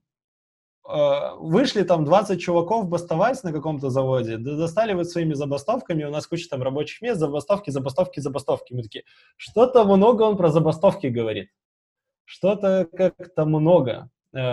э, вышли там двадцать чуваков бастовать на каком-то заводе, да достали вот своими забастовками, у нас куча там рабочих мест, забастовки, забастовки, забастовки. Мы такие, что-то много он про забастовки говорит. Что-то как-то много.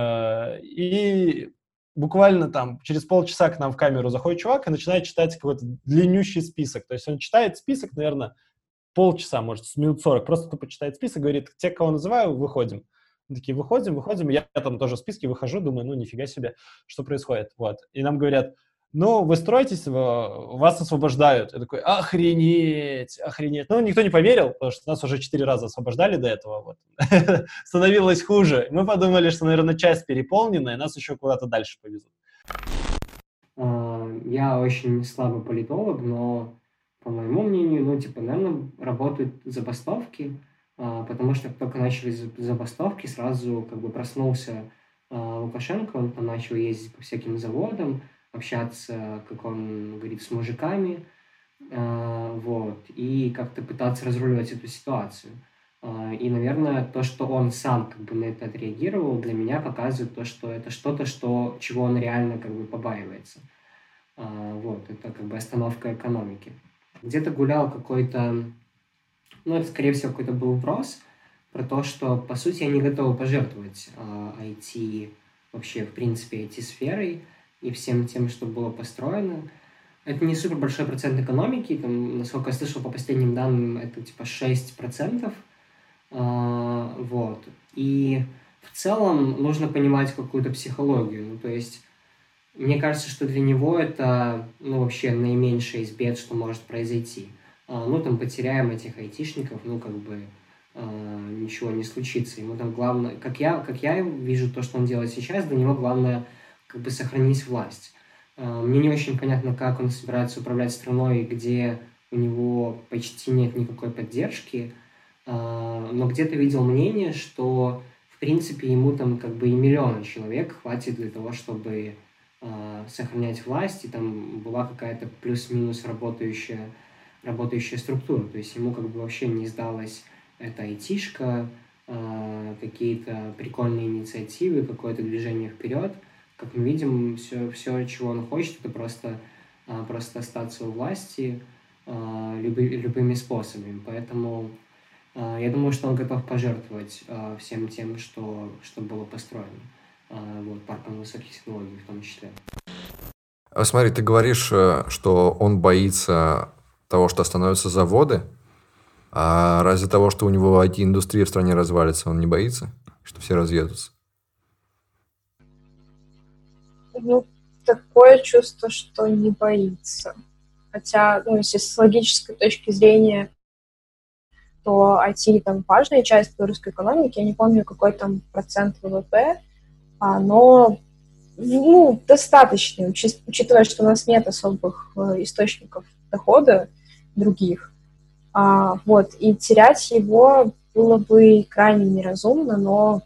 И буквально там через полчаса к нам в камеру заходит чувак и начинает читать какой-то длиннющий список. То есть он читает список, наверное, полчаса, может, с минут сорок. Просто тупо читает список, говорит, те, кого называю, выходим. Мы такие, выходим, выходим. Я, я там тоже в списке выхожу, думаю, ну, нифига себе, что происходит. Вот. И нам говорят, ну, вы строитесь, вас освобождают. Я такой, охренеть, охренеть. Ну, никто не поверил, потому что нас уже четыре раза освобождали до этого. Вот. Становилось хуже. Мы подумали, что, наверное, часть переполнена, и нас еще куда-то дальше повезут. Я очень слабый политолог, но по моему мнению, ну, типа, наверное, работают забастовки, а, потому что как только начались забастовки, сразу как бы проснулся а, Лукашенко, он там начал ездить по всяким заводам, общаться, как он говорит, с мужиками, а, вот, и как-то пытаться разруливать эту ситуацию. А, и, наверное, то, что он сам как бы на это отреагировал, для меня показывает то, что это что-то, что, чего он реально как бы побаивается. А, вот, это как бы остановка экономики. Где-то гулял какой-то, ну, это, скорее всего, какой-то был вопрос про то, что, по сути, они готовы пожертвовать а, ай ти, вообще, в принципе, ай ти-сферой и всем тем, что было построено. Это не супер большой процент экономики, там, насколько я слышал, по последним данным, это типа шесть процентов. А, вот. И в целом нужно понимать какую-то психологию. Ну, то есть, мне кажется, что для него это, ну, вообще наименьшее из бед, что может произойти. А, ну, там, потеряем этих айтишников, ну, как бы а, ничего не случится. Ему там главное, как я, как я вижу то, что он делает сейчас, для него главное как бы сохранить власть. А, мне не очень понятно, как он собирается управлять страной, где у него почти нет никакой поддержки, а, но где-то видел мнение, что, в принципе, ему там как бы и миллиона человек хватит для того, чтобы сохранять власть, и там была какая-то плюс-минус работающая, работающая структура. То есть ему как бы вообще не сдалась эта айтишка, какие-то прикольные инициативы, какое-то движение вперед. Как мы видим, все, все чего он хочет, это просто, просто остаться у власти любы, любыми способами. Поэтому я думаю, что он готов пожертвовать всем тем, что, что было построено. Вот, парком высоких технологий в том числе. Смотри, ты говоришь, что он боится того, что остановятся заводы, а разве того, что у него ай ти-индустрия в стране развалится, он не боится, что все разъедутся? Ну, такое чувство, что не боится. Хотя, ну, если с логической точки зрения, то ай ти там важная часть белорусской экономики, я не помню, какой там процент ВВП, но, ну, достаточно, учитывая, что у нас нет особых источников дохода других. А, вот, и терять его было бы крайне неразумно, но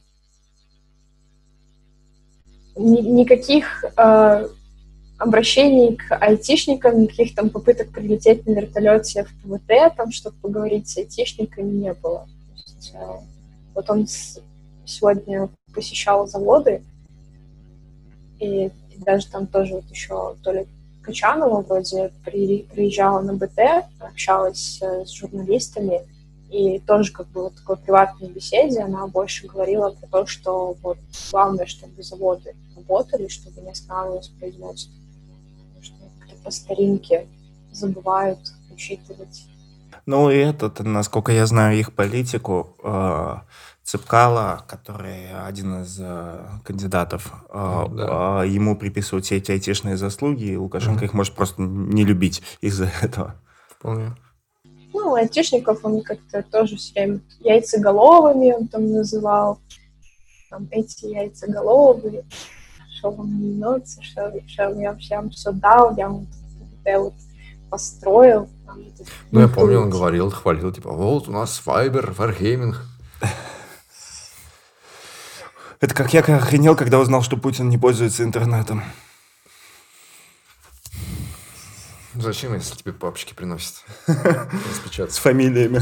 ни, никаких э, обращений к айтишникам, никаких там попыток прилететь на вертолете в ПВТ, там, чтобы поговорить с айтишниками, не было. То есть, э, вот он с, сегодня посещал заводы, и, и даже там тоже вот еще то ли Качанова вроде при, приезжала на БТ, общалась э, с журналистами, и тоже как бы вот в такой приватной беседе она больше говорила про то, что вот главное, чтобы заводы работали, чтобы не останавливалось производство. Потому что как-то по старинке забывают учитывать. Ну и этот, насколько я знаю их политику, э, Цепкало, который один из э, кандидатов, э, Да. э, ему приписывают все эти айтишные заслуги, и Лукашенко Мгм. их может просто не любить из-за этого. Вполне. Ну, айтишников он как-то тоже все время яйцеголовыми он там называл. Там эти яйцеголовые, что вам не нравится, что, что я всем все дал, я вот это вот построил. Там, это, Ну, я помню, он говорил, хвалил, типа, вот у нас Fiber, Wargaming. Это как я охренел, когда узнал, что Путин не пользуется интернетом. Зачем, если тебе папочки приносят? С Распечатать. фамилиями.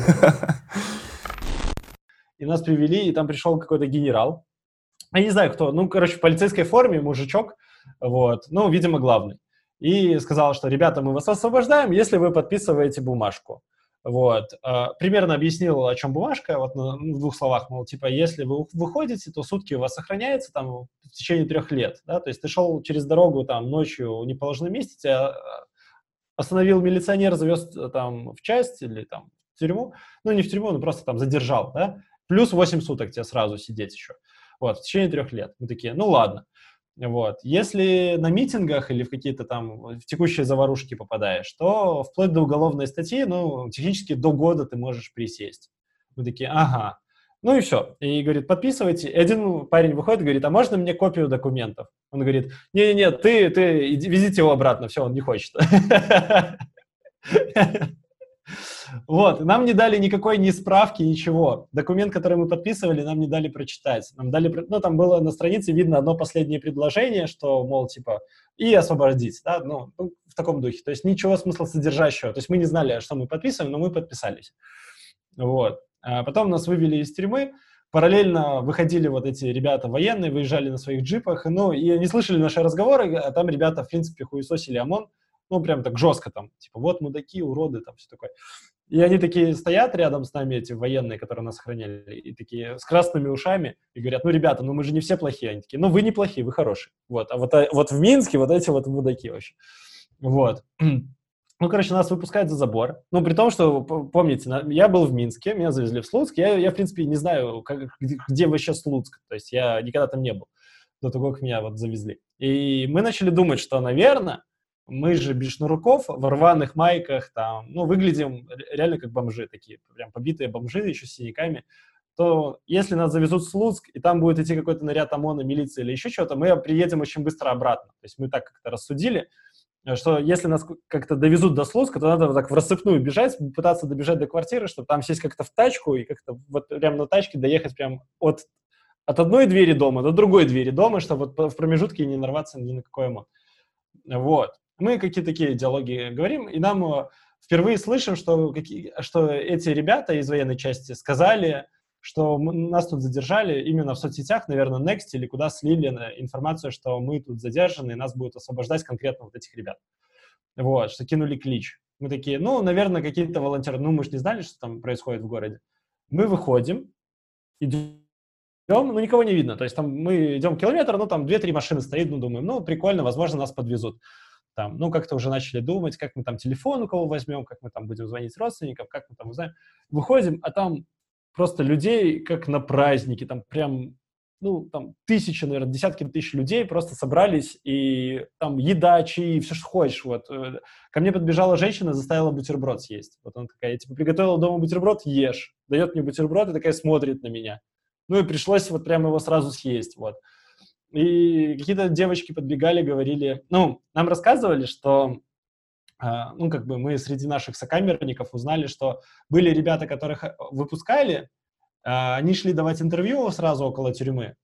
И нас привели, и там пришел какой-то генерал. Я не знаю, кто. Ну, короче, в полицейской форме, мужичок. Вот. Ну, видимо, главный. И сказал, что, ребята, мы вас освобождаем, если вы подписываете бумажку. Вот. Примерно объяснил, о чем бумажка, вот в двух словах, мол, типа, если вы выходите, то сутки у вас сохраняется там в течение трех лет, да, то есть ты шел через дорогу там ночью в неположенном месте, тебя остановил милиционер, завез там в часть или там в тюрьму, ну, не в тюрьму, но просто там задержал, да, плюс восемь суток тебе сразу сидеть еще, вот, в течение трех лет. Мы такие, ну, ладно. Вот. Если на митингах или в какие-то там в текущие заварушки попадаешь, то вплоть до уголовной статьи, ну, технически до года ты можешь присесть. Мы такие, ага. Ну и все. И говорит, подписывайте. И один парень выходит и говорит, а можно мне копию документов? Он говорит, не-не-не, ты, ты, иди, везите его обратно, все, он не хочет. Вот, нам не дали никакой ни справки, ничего. Документ, который мы подписывали, нам не дали прочитать. Нам дали, ну, там было на странице видно одно последнее предложение, что, мол, типа, и освободить, да, ну, ну, в таком духе. То есть ничего смысла содержащего. То есть мы не знали, что мы подписываем, но мы подписались. Вот. А потом нас вывели из тюрьмы, параллельно выходили вот эти ребята военные, выезжали на своих джипах, ну, и они слышали наши разговоры, а там ребята, в принципе, хуесосили ОМОН, ну, прям так жестко там, типа, вот мудаки, уроды, там, все такое. И они такие стоят рядом с нами, эти военные, которые нас охраняли, и такие с красными ушами, и говорят, ну, ребята, ну, мы же не все плохие. Они такие, ну, вы не плохие, вы хорошие. Вот, а вот, а, вот в Минске вот эти вот мудаки вообще. Вот. Ну, короче, нас выпускают за забор. Ну, при том, что, помните, я был в Минске, меня завезли в Слуцк. Я, я в принципе, не знаю, как, где, где вообще Слуцк. То есть я никогда там не был до того, как меня вот завезли. И мы начали думать, что, наверное, мы же без шнурков, в рваных майках, там, ну, выглядим реально как бомжи такие, прям побитые бомжи, еще с синяками, то если нас завезут в Слуцк, и там будет идти какой-то наряд ОМОНа, милиции или еще чего-то, мы приедем очень быстро обратно. То есть мы так как-то рассудили, что если нас как-то довезут до Слуцка, то надо вот так в рассыпную бежать, пытаться добежать до квартиры, чтобы там сесть как-то в тачку и как-то вот прямо на тачке доехать прям от, от одной двери дома до другой двери дома, чтобы вот в промежутке не нарваться ни на какой ОМОН. Вот. Мы какие-то такие диалоги говорим, и нам впервые слышим, что, какие, что эти ребята из военной части сказали, что мы, нас тут задержали именно в соцсетях, наверное, Next или куда слили информацию, что мы тут задержаны, и нас будут освобождать конкретно вот этих ребят. Вот, что кинули клич. Мы такие, ну, наверное, какие-то волонтеры, ну, мы же не знали, что там происходит в городе. Мы выходим, идем, ну, никого не видно. То есть там мы идем километр, ну, там две-три машины стоит, ну, думаем, ну, прикольно, возможно, нас подвезут. Там, ну, как-то уже начали думать, как мы там телефон у кого возьмем, как мы там будем звонить родственникам, как мы там узнаем. Выходим, а там просто людей, как на празднике, там прям, ну, там тысячи, наверное, десятки тысяч людей просто собрались, и там еда, чаи, все, что хочешь, вот. Ко мне подбежала женщина, заставила бутерброд съесть. Вот она такая, я, типа, приготовила дома бутерброд, ешь. Дает мне бутерброд и такая смотрит на меня. Ну, и пришлось вот прямо его сразу съесть, вот. И какие-то девочки подбегали, говорили, ну, нам рассказывали, что, э, ну, как бы мы среди наших сокамерников узнали, что были ребята, которых выпускали, э, они шли давать интервью сразу около тюрьмы,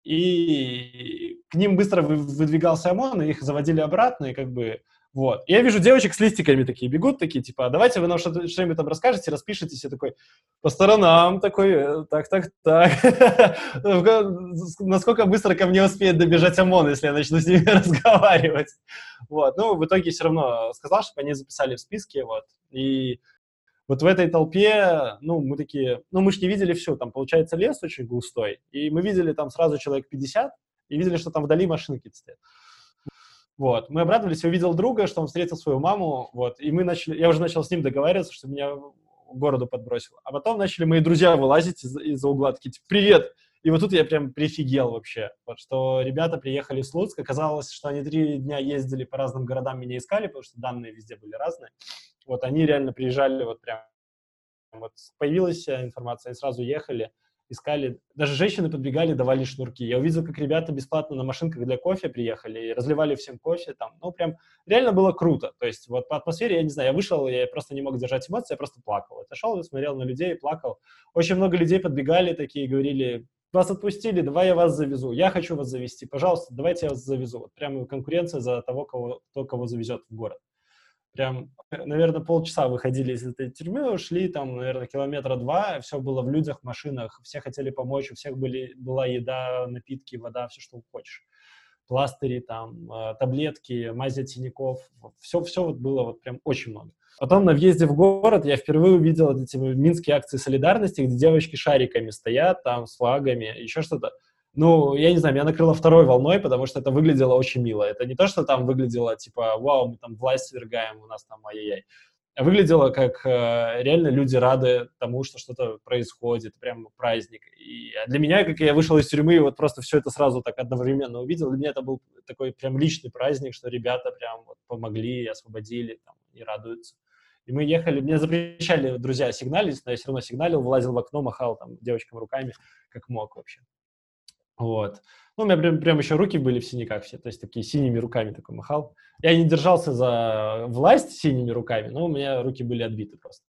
и к ним быстро вы, выдвигался ОМОН, и их заводили обратно, и как бы, вот. И я вижу девочек с листиками такие бегут, такие, типа, а давайте вы нам что-то, что-нибудь там расскажете, распишитесь, я такой, по сторонам, такой, так, так, так. Насколько быстро ко мне успеет добежать ОМОН, если я начну с ними разговаривать. Вот. Ну, в итоге все равно сказал, чтобы они записали в списке, вот. И вот в этой толпе, ну, мы такие, ну, мы ж не видели все, там, получается, лес очень густой, и мы видели там сразу человек пятьдесят, и видели, что там вдали машины какие-то стоят. Вот, мы обрадовались, я увидел друга, что он встретил свою маму, вот, и мы начали, я уже начал с ним договариваться, что меня к городу подбросил. А потом начали мои друзья вылазить из- из-за угла, такие, типа, привет! И вот тут я прям прифигел вообще, вот, что ребята приехали из Слуцка, оказалось, что они три дня ездили по разным городам, меня искали, потому что данные везде были разные. Вот, они реально приезжали, вот прям, вот, появилась информация, они сразу ехали, искали, даже женщины подбегали, давали шнурки. Я увидел, как ребята бесплатно на машинках для кофе приехали и разливали всем кофе там. Ну, прям реально было круто. То есть вот по атмосфере, я не знаю, я вышел, я просто не мог держать эмоции, я просто плакал. Отошел, смотрел на людей, плакал. Очень много людей подбегали такие, говорили, вас отпустили, давай я вас завезу. Я хочу вас завезти, пожалуйста, давайте я вас завезу. Вот прям конкуренция за того, кого, кто кого завезет в город. Прям, наверное, полчаса выходили из этой тюрьмы, ушли там, наверное, километра два, все было в людях, в машинах, все хотели помочь, у всех были, была еда, напитки, вода, все, что хочешь. Пластыри, там, э, таблетки, мази от синяков, все, все вот было вот прям очень много. Потом на въезде в город я впервые увидел эти минские акции солидарности, где девочки шариками стоят, там, с флагами, еще что-то. Ну, я не знаю, меня накрыло второй волной, потому что это выглядело очень мило. Это не то, что там выглядело, типа, вау, мы там власть свергаем, у нас там ай-яй-яй. А выглядело, как э, реально люди рады тому, что что-то происходит, прям праздник. И для меня, как я вышел из тюрьмы, и вот просто все это сразу так одновременно увидел, для меня это был такой прям личный праздник, что ребята прям вот помогли, освободили, там, и радуются. И мы ехали, мне запрещали друзья сигналить, но я все равно сигналил, вылазил в окно, махал там девочкам руками, как мог вообще. Вот. Ну, у меня прям, прям еще руки были в синяках все, то есть такие синими руками такой махал. Я не держался за власть синими руками, но у меня руки были отбиты просто.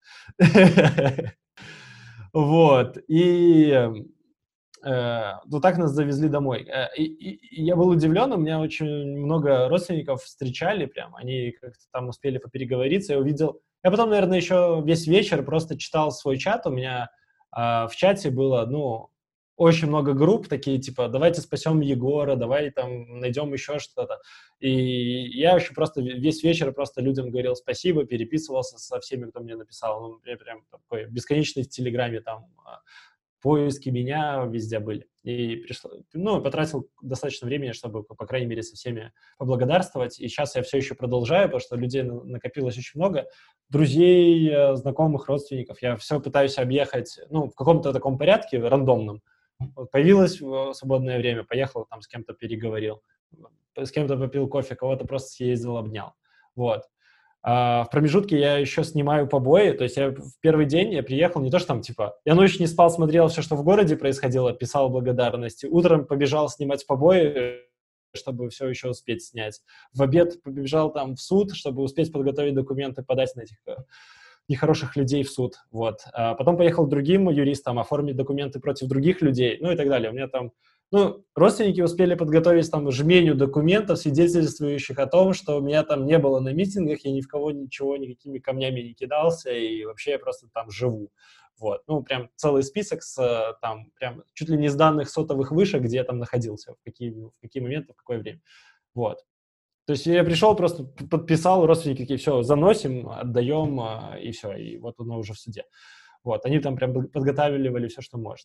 Вот. И э, вот так нас завезли домой. Э, И, и- и я был удивлен, у меня очень много родственников встречали прям, они как-то там успели попереговориться, я увидел. Я потом, наверное, еще весь вечер просто читал свой чат, у меня а, в чате было, ну, очень много групп, такие типа, давайте спасем Егора, давай там найдем еще что-то. И я еще просто ве- весь вечер просто людям говорил спасибо, переписывался со всеми, кто мне написал. Ну, я прям такой бесконечный в Телеграме там а, поиски меня везде были. И пришло, ну, потратил достаточно времени, чтобы, по крайней мере, со всеми поблагодарствовать. И сейчас я все еще продолжаю, потому что людей на- накопилось очень много. Друзей, э, знакомых, родственников. Я все пытаюсь объехать, ну, в каком-то таком порядке, рандомном. Вот появилось э, свободное время, поехал там с кем-то переговорил, с кем-то попил кофе, кого-то просто съездил, обнял. Вот. А в промежутке я еще снимаю побои, то есть я в первый день я приехал, не то что там, типа, я ночью не спал, смотрел все, что в городе происходило, писал благодарности, утром побежал снимать побои, чтобы все еще успеть снять. В обед побежал там в суд, чтобы успеть подготовить документы, подать на этих э, нехороших людей в суд, вот. А потом поехал к другим юристам, оформить документы против других людей, ну и так далее. У меня там, ну, родственники успели подготовить там жменю документов, свидетельствующих о том, что меня там не было на митингах, я ни в кого ничего, никакими камнями не кидался, и вообще я просто там живу. Вот, ну, прям целый список с э, там, прям чуть ли не с данных сотовых вышек, где я там находился, в какие, в какие моменты, в какое время. Вот. То есть я пришел, просто п- подписал, родственники такие, все, заносим, отдаем, а, и все, и вот оно уже в суде. Вот, они там прям подготавливали все, что можно.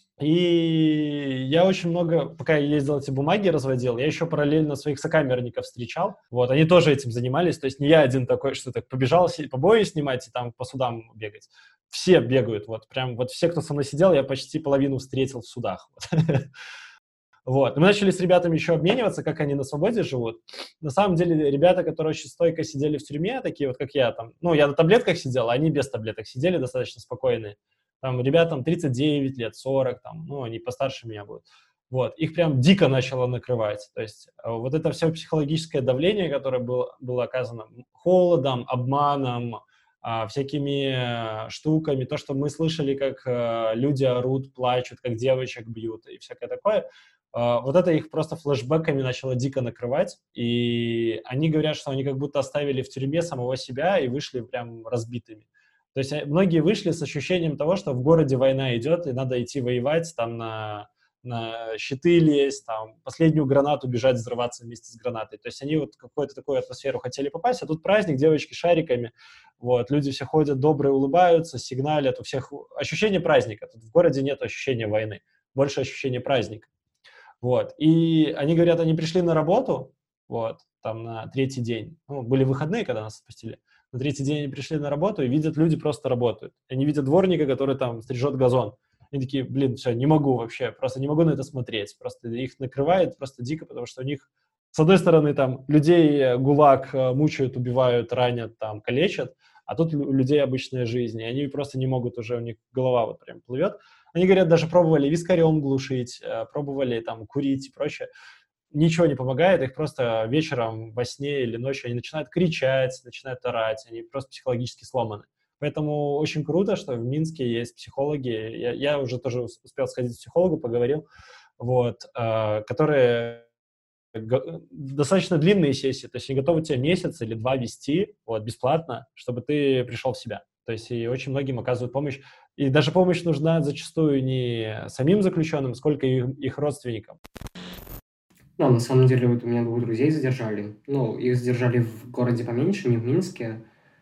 И я очень много, пока я ездил, эти бумаги разводил, я еще параллельно своих сокамерников встречал. Вот, они тоже этим занимались. То есть не я один такой, что так побежал си- побои снимать и там по судам бегать. Все бегают. Вот прям вот все, кто со мной сидел, я почти половину встретил в судах. Вот. Вот. И мы начали с ребятами еще обмениваться, как они на свободе живут. На самом деле, ребята, которые очень стойко сидели в тюрьме, такие вот, как я там, ну, я на таблетках сидел, а они без таблеток сидели достаточно спокойные. Там ребятам тридцать девять лет, сорок, там, ну, они постарше меня будут. Вот. Их прям дико начало накрывать. То есть э, вот это все психологическое давление, которое было, было оказано холодом, обманом, а, всякими э, штуками, то, что мы слышали, как э, люди орут, плачут, как девочек бьют и всякое такое, а, вот это их просто флешбэками начало дико накрывать, и они говорят, что они как будто оставили в тюрьме самого себя и вышли прям разбитыми. То есть э, многие вышли с ощущением того, что в городе война идет, и надо идти воевать, там на, на щиты лезть, там последнюю гранату бежать, взрываться вместе с гранатой. То есть они вот в какую-то такую атмосферу хотели попасть, а тут праздник, девочки шариками, вот, люди все ходят добрые, улыбаются, сигналят, у всех ощущение праздника. Тут в городе нет ощущения войны, больше ощущения праздника. Вот. И они говорят, они пришли на работу, вот, там на третий день. Ну, были выходные, когда нас отпустили. На третий день они пришли на работу и видят, люди просто работают. Они видят дворника, который там стрижет газон. Они такие, блин, все, не могу вообще, просто не могу на это смотреть. Просто их накрывает просто дико, потому что у них, с одной стороны, там, людей э, ГУЛАГ э, мучают, убивают, ранят, там, калечат, а тут у людей обычная жизнь, и они просто не могут уже, у них голова вот прям плывет. Они говорят, даже пробовали вискарем глушить, э, пробовали там курить и прочее. Ничего не помогает, их просто вечером во сне или ночью они начинают кричать, начинают орать, они просто психологически сломаны. Поэтому очень круто, что в Минске есть психологи. Я, я уже тоже успел сходить к психологу, поговорил, вот, э, которые г- достаточно длинные сессии, то есть они готовы тебя месяц или два вести, вот, бесплатно, чтобы ты пришел в себя. То есть и очень многим оказывают помощь. И даже помощь нужна зачастую не самим заключенным, сколько их, их родственникам. Да, на самом деле, вот у меня двух друзей задержали. Ну, их задержали в городе поменьше, не в Минске,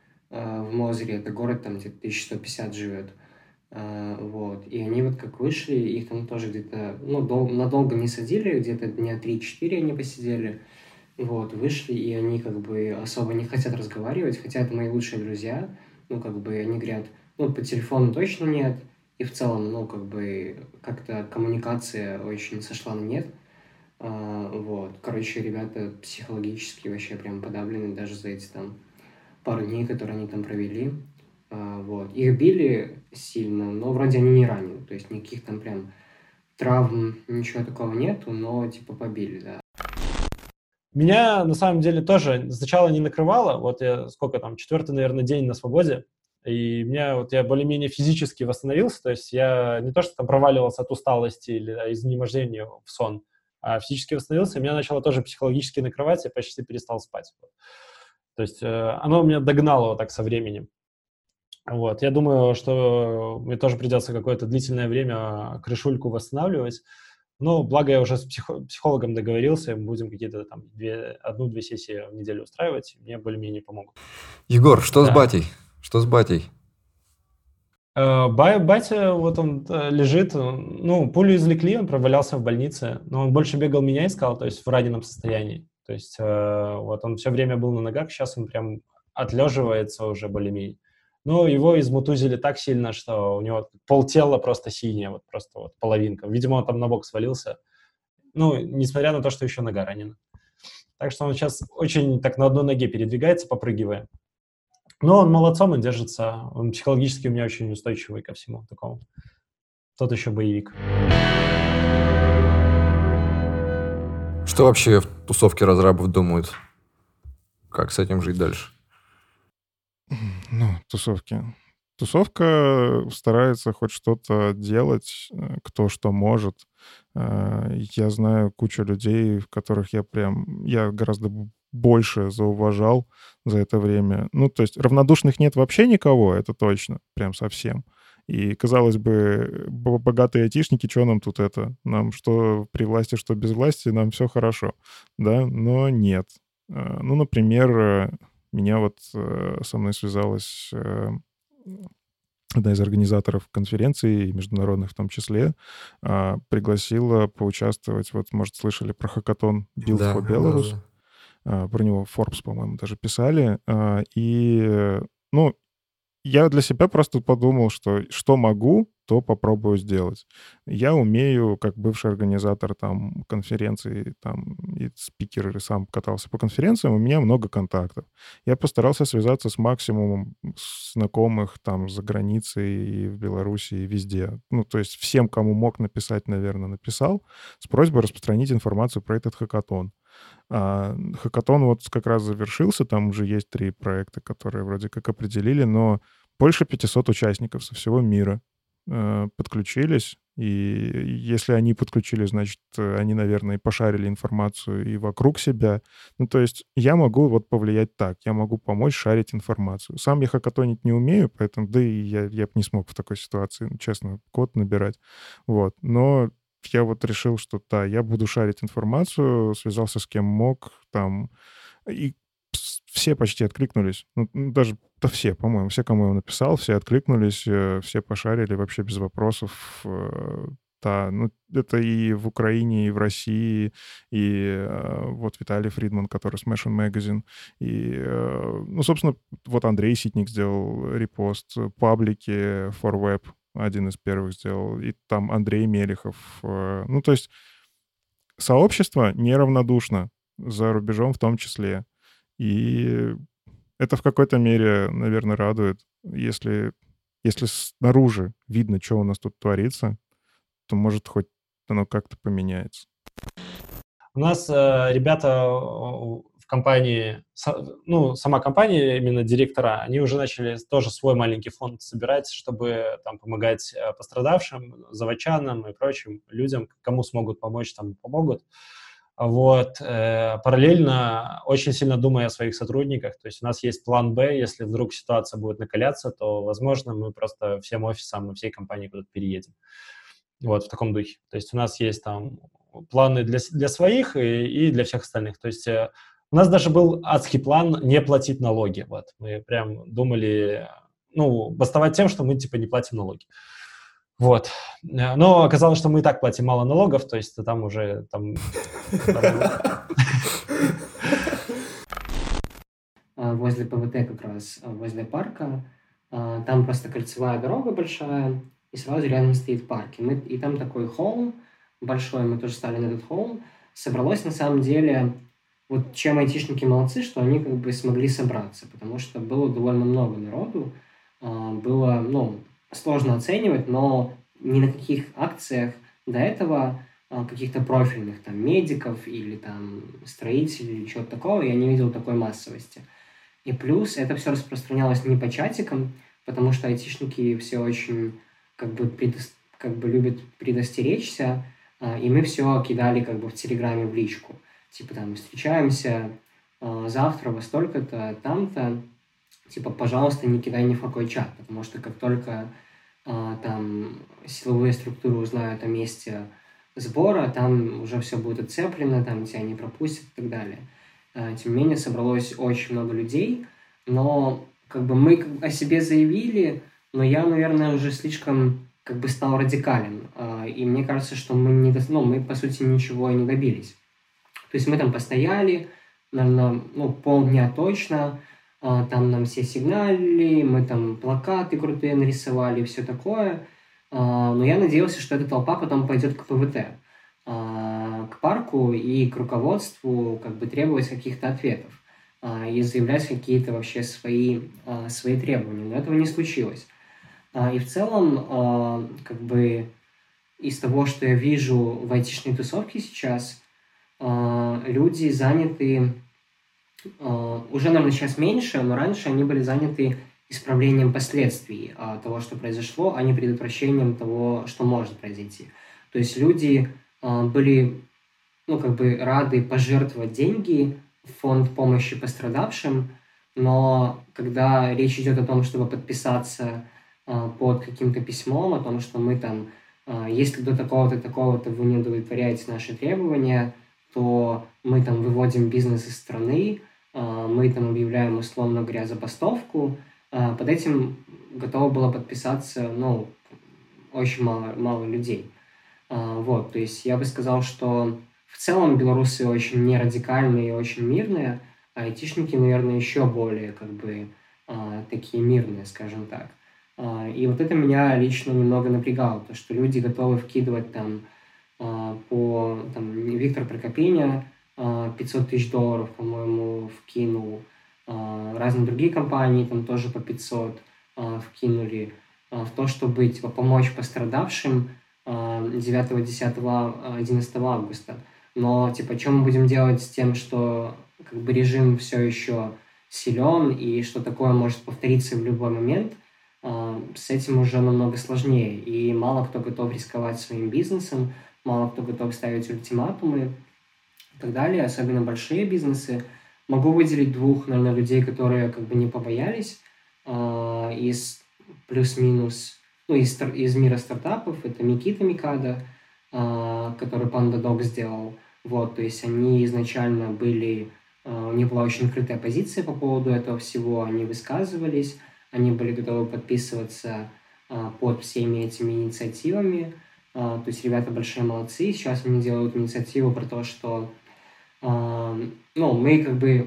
а в Мозыре. Это город, там где-то тысяча сто пятьдесят живет. А, вот. И они вот как вышли, их там тоже где-то, ну, дол- надолго не садили, где-то дня три-четыре они посидели. Вот, вышли, и они как бы особо не хотят разговаривать, хотя это мои лучшие друзья. Ну, как бы они говорят, ну, по телефону точно нет, и в целом, ну, как бы как-то коммуникация очень сошла на нет. А, вот, короче, ребята психологически вообще прям подавлены даже за эти там пару дней, которые они там провели. А, вот, их били сильно, но вроде они не ранены, то есть никаких там прям травм, ничего такого нету, но типа побили, да. Меня, на самом деле, тоже сначала не накрывало. Вот я сколько там, четвертый, наверное, день на свободе. И меня, вот я более-менее физически восстановился. То есть я не то, что там проваливался от усталости или да, изнеможения в сон, а физически восстановился. И меня начало тоже психологически накрывать, я почти перестал спать. То есть э, оно меня догнало вот так со временем. Вот. Я думаю, что мне тоже придется какое-то длительное время крышульку восстанавливать. Ну, благо я уже с психо- психологом договорился, мы будем какие-то там две, одну-две сессии в неделю устраивать, мне более-менее помогут. Егор, что с Да. батей? Что с батей? Э, ба- Батя, вот он э, лежит, он- ну, пулю извлекли, он провалялся в больнице, но он больше бегал, меня искал, то есть в раненом состоянии. То есть э, вот он все время был на ногах, сейчас он прям отлеживается уже более-менее. Но его измутузили так сильно, что у него полтела просто синее, вот просто вот половинка. Видимо, он там на бок свалился. Ну, несмотря на то, что еще нога ранена. Так что он сейчас очень так на одной ноге передвигается, попрыгивая. Но он молодцом, он держится. Он психологически у меня очень устойчивый ко всему такому. Тот еще боевик. Что вообще в тусовке разрабов думают? Как с этим жить дальше? Ну, тусовки. Тусовка старается хоть что-то делать, э, кто что может. Э, Я знаю кучу людей, в которых я прям, я гораздо б- больше зауважал за это время. Ну, то есть равнодушных нет вообще никого, это точно, прям совсем. И, казалось бы, б- богатые айтишники, что нам тут это? Нам что при власти, что без власти, нам все хорошо, да? Но нет. Э, Ну, например, э, меня вот э, со мной связалась э, одна из организаторов конференций, международных в том числе, а, пригласила поучаствовать. Вот, может, слышали про хакатон Build Да, for да, Belarus. да. А, Про него Forbes, по-моему, даже писали. А, И, э, ну, я для себя просто подумал, что что могу, то попробую сделать. Я умею, как бывший организатор там конференций, там и спикер, и сам катался по конференциям, у меня много контактов. Я постарался связаться с максимумом знакомых там за границей, и в Беларуси, и везде. Ну, то есть всем, кому мог написать, наверное, написал, с просьбой распространить информацию про этот хакатон. А, Хакатон вот как раз завершился, там уже есть три проекта, которые вроде как определили, но больше пятисот участников со всего мира э, подключились, и если они подключились, значит, э, они, наверное, и пошарили информацию и вокруг себя. Ну, то есть я могу вот повлиять так, я могу помочь шарить информацию. Сам я хакатонить не умею, поэтому, да и я, я бы не смог в такой ситуации, ну, честно, код набирать. Вот, но я вот решил, что да, я буду шарить информацию, связался с кем мог, там, и пс- все почти откликнулись. Ну, ну, даже, да все, по-моему, все, кому я написал, все откликнулись, э, все пошарили вообще без вопросов. э, Да, ну, это и в Украине, и в России, и э, вот Виталий Фридман, который Smashing Magazine, и, э, ну, собственно, вот Андрей Ситник сделал репост, паблики for Web, один из первых сделал, и там Андрей Мелехов. э, Ну, то есть сообщество неравнодушно, за рубежом в том числе. И это в какой-то мере, наверное, радует. Если, если снаружи видно, что у нас тут творится, то, может, хоть оно как-то поменяется. У нас э, ребята э, в компании, со- ну, сама компания, именно директора, они уже начали тоже свой маленький фонд собирать, чтобы там помогать э, пострадавшим, заводчанам и прочим людям, кому смогут помочь, там помогут. Вот. э, Параллельно очень сильно думая о своих сотрудниках. То есть у нас есть план Б, если вдруг ситуация будет накаляться, то, возможно, мы просто всем офисам и всей компании куда-то переедем. Вот, в таком духе. То есть у нас есть там планы для, с- для своих и, и для всех остальных. То есть э, у нас даже был адский план не платить налоги. Вот. Мы прям думали, ну, бастовать тем, что мы, типа, не платим налоги. Вот. Э, Но оказалось, что мы и так платим мало налогов, то есть там уже там, там а, возле ПВТ как раз, а, возле парка. А, Там просто кольцевая дорога большая, и сразу рядом стоит парк. И, мы, и там такой холм большой, мы тоже стали на этот холм. Собралось на самом деле, вот чем айтишники молодцы, что они как бы смогли собраться, потому что было довольно много народу. А, Было, ну, сложно оценивать, но ни на каких акциях До этого а, каких-то профильных там медиков или там строителей или чего-то такого я не видел такой массовости. И плюс это все распространялось не по чатикам, потому что айтишники все очень как бы, предос... как бы любят предостеречься, а, и мы все кидали как бы в Телеграме в личку. Типа там встречаемся а, завтра во столько-то, там-то, типа, пожалуйста, не кидай ни в какой чат, потому что как только а, там силовые структуры узнают о месте сбора, там уже все будет отцеплено, там тебя не пропустят и так далее. А, тем не менее, собралось очень много людей, но как бы мы о себе заявили, но я, наверное, уже слишком как бы стал радикален, а, и мне кажется, что мы, не, ну, мы по сути ничего и не добились. То есть мы там постояли, наверное, ну, полдня точно, а, там нам все сигналили, мы там плакаты крутые нарисовали и все такое, а, но я надеялся, что эта толпа потом пойдет к ПВТ, а, к парку и к руководству как бы требовать каких-то ответов а, и заявлять какие-то вообще свои, а, свои требования, но этого не случилось. А, и в целом, а, как бы из того, что я вижу в айтишной тусовке сейчас, а, люди заняты, а, уже, наверное, сейчас меньше, но раньше они были заняты исправлением последствий а, того, что произошло, а не предотвращением того, что может произойти. То есть люди а, были, ну, как бы рады пожертвовать деньги в фонд помощи пострадавшим, но когда речь идет о том, чтобы подписаться а, под каким-то письмом о том, что мы там, а, если до такого-то, такого-то вы не удовлетворяете наши требования, то мы там выводим бизнес из страны, а, мы там объявляем, условно говоря, забастовку, а, под этим готово было подписаться, ну, очень мало, мало людей. А, вот, то есть я бы сказал, что в целом белорусы очень нерадикальные и очень мирные, а айтишники, наверное, еще более как бы а, такие мирные, скажем так. А, и вот это меня лично немного напрягало, то, что люди готовы вкидывать там а, по, там, Виктор Прокопеня а, пятьсот тысяч долларов, по-моему, вкинул, а, разные другие компании там тоже по пятьсот а, вкинули а, в то, чтобы типа, помочь пострадавшим девятого, десятого, одиннадцатого августа. Но, типа, что мы будем делать с тем, что как бы режим все еще силен и что такое может повториться в любой момент, с этим уже намного сложнее. И мало кто готов рисковать своим бизнесом, мало кто готов ставить ультиматумы и так далее, особенно большие бизнесы. Могу выделить двух, наверное, людей, которые как бы не побоялись из плюс-минус, ну, из, из мира стартапов. Это Микита Микада, Uh, который PandaDoc сделал. Вот, то есть они изначально были, uh, у них была очень открытая позиция по поводу этого всего, они высказывались, они были готовы подписываться uh, под всеми этими инициативами. Uh, то есть ребята большие молодцы. Сейчас они делают инициативу про то, что uh, ну, мы как бы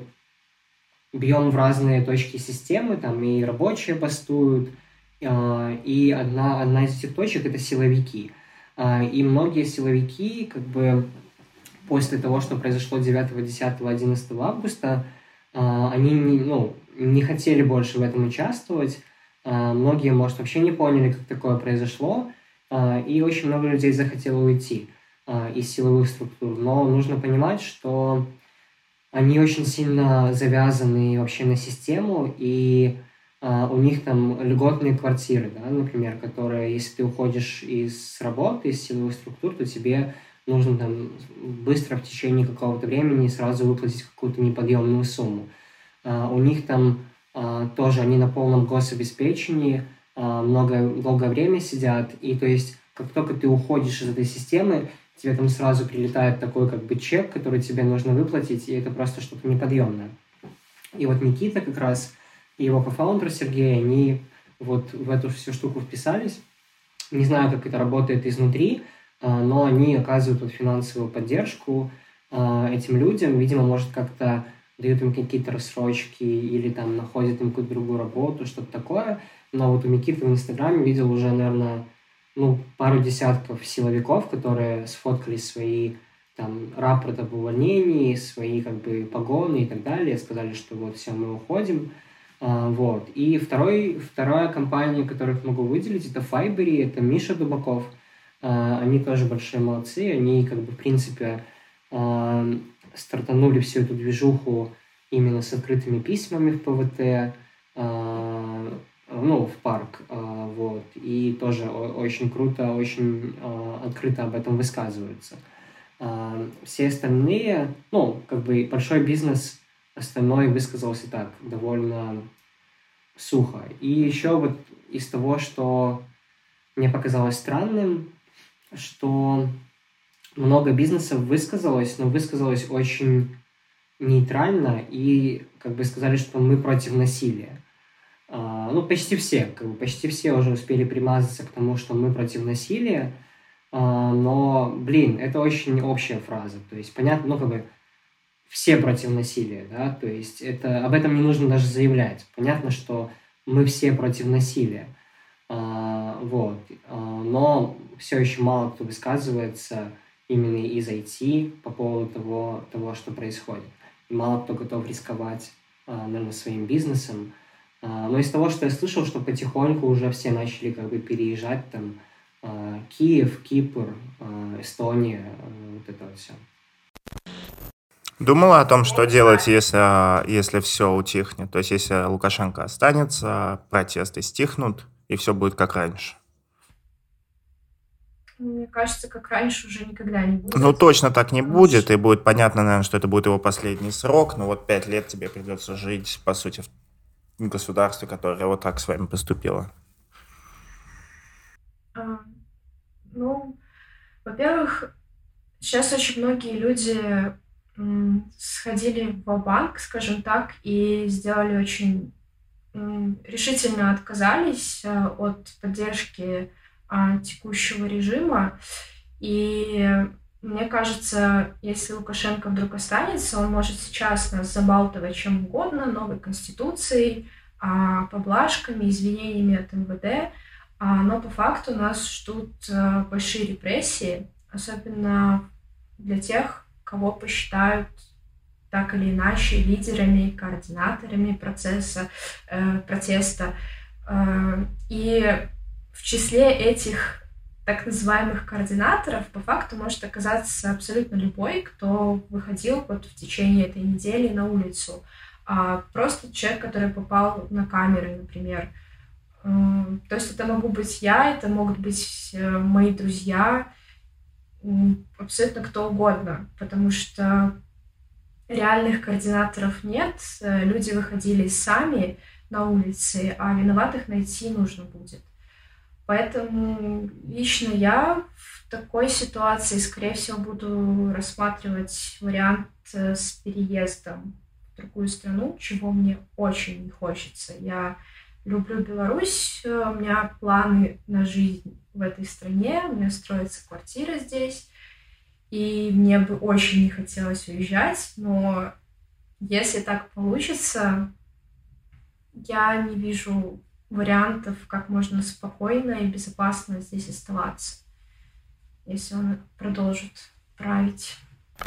бьем в разные точки системы, там и рабочие бастуют, uh, и одна, одна из этих точек — это силовики. И многие силовики, как бы после того, что произошло девятого, десятого, одиннадцатого августа, они не, ну, не хотели больше в этом участвовать. Многие, может, вообще не поняли, как такое произошло, и очень много людей захотело уйти из силовых структур. Но нужно понимать, что они очень сильно завязаны вообще на систему, и Uh, у них там льготные квартиры, да, например, которые, если ты уходишь из работы, из силовых структур, то тебе нужно там быстро в течение какого-то времени сразу выплатить какую-то неподъемную сумму. Uh, у них там uh, тоже они на полном гособеспечении, uh, много, долгое время сидят, и то есть как только ты уходишь из этой системы, тебе там сразу прилетает такой как бы чек, который тебе нужно выплатить, и это просто что-то неподъемное. И вот Никита как раз и его кофаундер Сергей, они вот в эту всю штуку вписались. Не знаю, как это работает изнутри, но они оказывают вот финансовую поддержку этим людям. Видимо, может, как-то дают им какие-то рассрочки или там находят им какую-то другую работу, что-то такое. Но вот у Никиты в Инстаграме видел уже, наверное, ну, пару десятков силовиков, которые сфоткали свои там рапорты об увольнении, свои как бы погоны и так далее, сказали, что вот все, мы уходим. Uh, вот. И второй, вторая компания, которую я могу выделить, это Fiberr, это Миша Дубаков. а, они тоже большие молодцы, они как бы в принципе а, стартанули всю эту движуху именно с открытыми письмами в ПВТ, а, ну, в парк, а, вот, и тоже о- очень круто, очень а, открыто об этом высказываются. А, Все остальные, ну, как бы большой бизнес остальной высказался так, довольно сухо. И еще вот из того, что мне показалось странным, что много бизнесов высказалось, но высказалось очень нейтрально и как бы сказали, что мы против насилия. А, Ну, почти все, как бы почти все уже успели примазаться к тому, что мы против насилия, а, но, блин, это очень общая фраза. То есть, понятно, ну, как бы все против насилия, да, то есть это, об этом не нужно даже заявлять. Понятно, что мы все против насилия, а, вот, а, но все еще мало кто высказывается именно из ай ти по поводу того, того что происходит. И мало кто готов рисковать, а, наверное, своим бизнесом. А, но из того, что я слышал, что потихоньку уже все начали как бы переезжать там а, Киев, Кипр, а, Эстония, а, вот это вот все. Думала о том, что делать, если, если все утихнет. То есть, если Лукашенко останется, протесты стихнут, и все будет как раньше. Мне кажется, как раньше уже никогда не будет. Ну, точно так не Потому будет, что- и будет понятно, наверное, что это будет его последний срок, но вот пять лет тебе придется жить, по сути, в государстве, которое вот так с вами поступило. А, Ну, во-первых, сейчас очень многие люди м, сходили в банк скажем так, и сделали очень м, решительно отказались э, от поддержки а, текущего режима. И мне кажется, если Лукашенко вдруг останется, он может сейчас нас забалтывать чем угодно, новой конституцией, а, поблажками, извинениями от эм вэ дэ, а, но по факту нас ждут э, большие репрессии, особенно для тех, кого посчитают так или иначе лидерами, координаторами процесса, э, протеста. Э, И в числе этих так называемых координаторов по факту может оказаться абсолютно любой, кто выходил вот в течение этой недели на улицу. А просто человек, который попал на камеры, например. М, То есть это могу быть я, это могут быть э, мои друзья, м, абсолютно кто угодно, потому что реальных координаторов нет, э, люди выходили сами на улицы, а виноватых найти нужно будет. Поэтому лично я в такой ситуации, скорее всего, буду рассматривать вариант э, с переездом в другую страну, чего мне очень не хочется. Я люблю Беларусь, э, у меня планы на жизнь в этой стране, у меня строится квартира здесь, и мне бы очень не хотелось уезжать, но если так получится, я не вижу вариантов, как можно спокойно и безопасно здесь оставаться, если он продолжит править.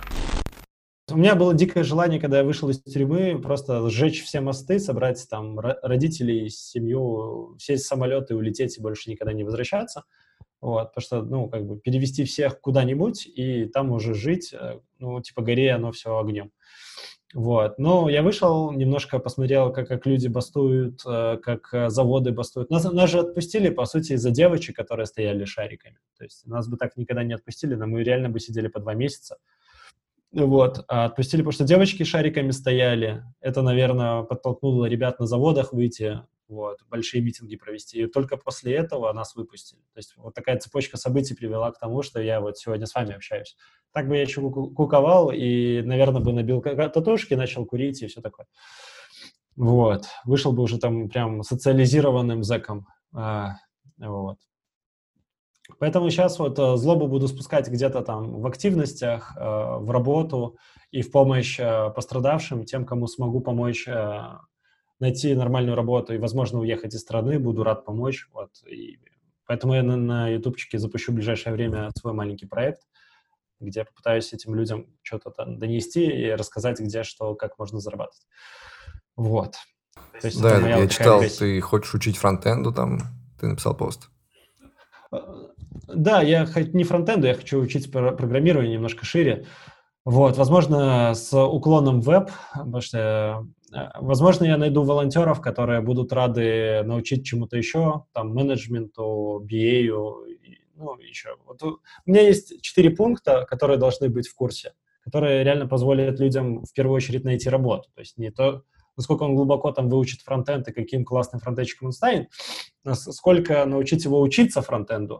У меня было дикое желание, когда я вышел из тюрьмы, просто сжечь все мосты, собрать там ро- родителей, семью, сесть в самолет и улететь, и больше никогда не возвращаться. Вот, потому что, ну, как бы перевести всех куда-нибудь и там уже жить, э, ну, типа, горе оно все огнем. Вот. Но я вышел, немножко посмотрел, как, как люди бастуют, э, как э, заводы бастуют. Нас, нас же отпустили, по сути, из-за девочек, которые стояли шариками. То есть нас бы так никогда не отпустили, но мы реально бы сидели по два месяца. Вот. А отпустили, потому что девочки шариками стояли. Это, наверное, подтолкнуло ребят на заводах выйти, вот, большие митинги провести. И только после этого нас выпустили. То есть вот такая цепочка событий привела к тому, что я вот сегодня с вами общаюсь. Так бы я еще ку- куковал и, наверное, бы набил ка- татушки, начал курить и все такое. Вот. Вышел бы уже там прям социализированным зэком. А, вот. Поэтому сейчас вот э, злобу буду спускать где-то там в активностях, э, в работу и в помощь э, пострадавшим, тем, кому смогу помочь э, найти нормальную работу и, возможно, уехать из страны, буду рад помочь. Вот. И поэтому я на, на ютубчике запущу в ближайшее время свой маленький проект, где я попытаюсь этим людям что-то там донести и рассказать, где что, как можно зарабатывать. Вот. То есть Да, это моя я вот такая читал, агрессия. ты хочешь учить фронтенду, там, ты написал пост. Э, Да, я хоть не фронтенду, я хочу учить про- программирование немножко шире. Вот, возможно, с уклоном в веб, потому что, э, возможно, я найду волонтеров, которые будут рады научить чему-то еще, там, менеджменту, би эй, и, ну, еще. Вот у у меня есть четыре пункта, которые должны быть в курсе, которые реально позволят людям в первую очередь найти работу. То есть не то, насколько он глубоко там выучит фронтенд и каким классным фронтенщиком он станет, а с- сколько научить его учиться фронтенду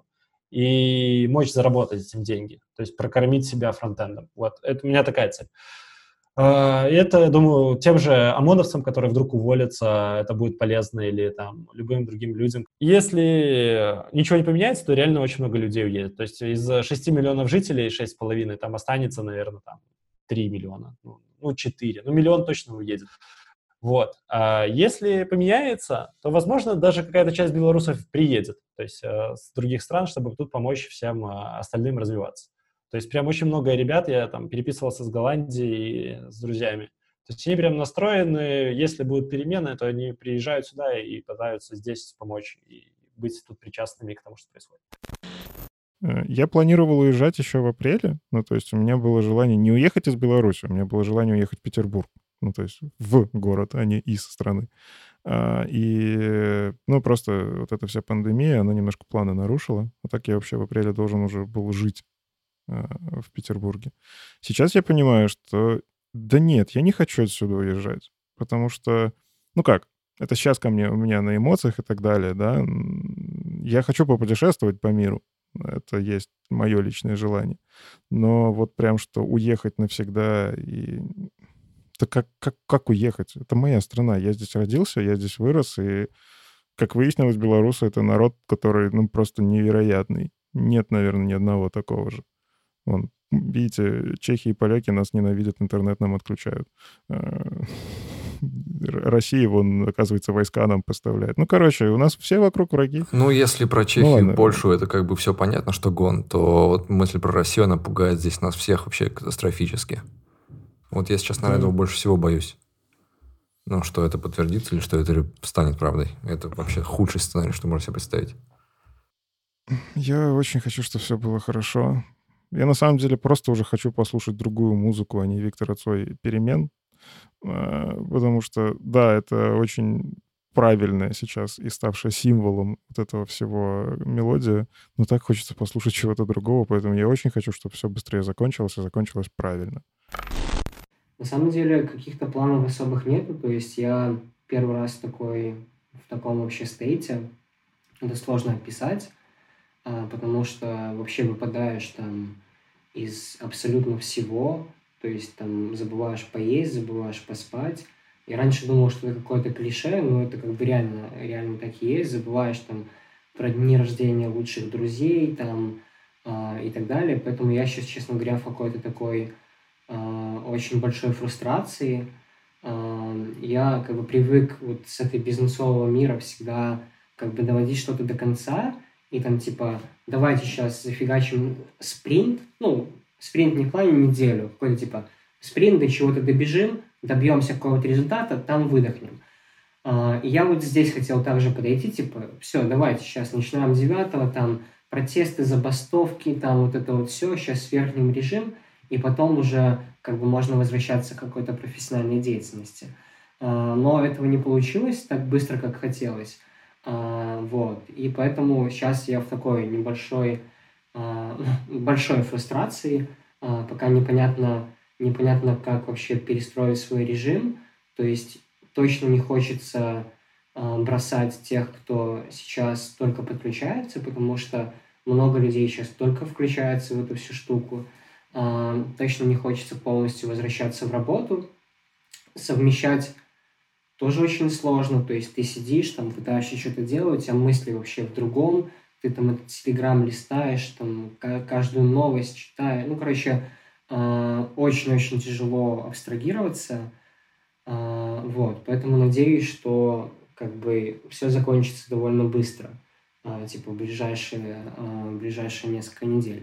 и мочь заработать этим деньги, то есть прокормить себя фронтендом. Вот, это у меня такая цель. А, и это, я думаю, тем же ОМОНовцам, которые вдруг уволятся, это будет полезно, или там любым другим людям. Если ничего не поменяется, то реально очень много людей уедет. То есть из шести миллионов жителей, шесть с половиной, там останется, наверное, там три миллиона, ну, ну, четыре, ну, миллион точно уедет. Вот. А если поменяется, то, возможно, даже какая-то часть белорусов приедет, то есть э, с других стран, чтобы тут помочь всем э, остальным развиваться. То есть прям очень много ребят, я там переписывался с Голландией, с друзьями. То есть они прям настроены, если будут перемены, то они приезжают сюда и пытаются здесь помочь и быть тут причастными к тому, что происходит. Э, Я планировал уезжать еще в апреле. Ну, то есть у меня было желание не уехать из Беларуси, у меня было желание уехать в Петербург. Ну, то есть в город, а не из страны. А, И, ну, просто вот эта вся пандемия, она немножко планы нарушила. А так я вообще в апреле должен уже был жить а, в Петербурге. Сейчас я понимаю, что да нет, я не хочу отсюда уезжать. Потому что, ну как, это сейчас ко мне, у меня на эмоциях и так далее, да. м, Я хочу попутешествовать по миру. Это есть мое личное желание. Но вот прям что уехать навсегда и... Да как, как, как уехать? Это моя страна. Я здесь родился, я здесь вырос, и, как выяснилось, белорусы — это народ, который, ну, просто невероятный. Нет, наверное, ни одного такого же. Вон, видите, чехи и поляки нас ненавидят, интернет нам отключают. Э, Россия, вон, оказывается, войска нам поставляет. Ну, короче, у нас все вокруг враги. Ну, если про Ну, Чехию и ладно. Польшу, это как бы все понятно, что гон, то вот мысль про Россию, она пугает здесь нас всех вообще катастрофически. Вот я сейчас, наверное, Да. этого больше всего боюсь. Ну, что это подтвердится или что это станет правдой. Это вообще худший сценарий, что можно себе представить. Я очень хочу, чтобы все было хорошо. Я на самом деле просто уже хочу послушать другую музыку, а не Виктора Цой «Перемен». А, Потому что, да, это очень правильная сейчас и ставшая символом вот этого всего мелодия, но так хочется послушать чего-то другого, поэтому я очень хочу, чтобы все быстрее закончилось и закончилось правильно. На самом деле каких-то планов особых нету, то есть я первый раз такой, в таком вообще стейте, это сложно описать, а, потому что вообще выпадаешь там из абсолютно всего, то есть там забываешь поесть, забываешь поспать. Я раньше думал, что это какое-то клише, но это как бы реально, реально так и есть. Забываешь там про дни рождения лучших друзей там а, и так далее. Поэтому я сейчас, честно говоря, в какой-то такой а, очень большой фрустрации. А, Я как бы привык вот с этой бизнесового мира всегда как бы доводить что-то до конца, и там типа давайте сейчас зафигачим спринт, ну, спринт не в плане неделю, какой-то типа спринт, до чего-то добежим, добьемся какого-то результата, там выдохнем. А, И я вот здесь хотел также подойти, типа, все, давайте сейчас начинаем девятого, там протесты, забастовки, там вот это вот все, сейчас сверхнем режим, и потом уже как бы можно возвращаться к какой-то профессиональной деятельности. А, Но этого не получилось так быстро, как хотелось. А, Вот. И поэтому сейчас я в такой небольшой, а, большой фрустрации, а, пока непонятно, непонятно, как вообще перестроить свой режим. То есть точно не хочется а, бросать тех, кто сейчас только подключается, потому что много людей сейчас только включается в эту всю штуку. А, Точно не хочется полностью возвращаться в работу. Совмещать тоже очень сложно. То есть ты сидишь, там пытаешься что-то делать, у тебя мысли вообще в другом. Ты там этот Телеграм листаешь, там ка- каждую новость читаешь. Ну, короче, а, очень-очень тяжело абстрагироваться. А, Вот, поэтому надеюсь, что как бы все закончится довольно быстро, а, типа в ближайшие, а, в ближайшие несколько недель.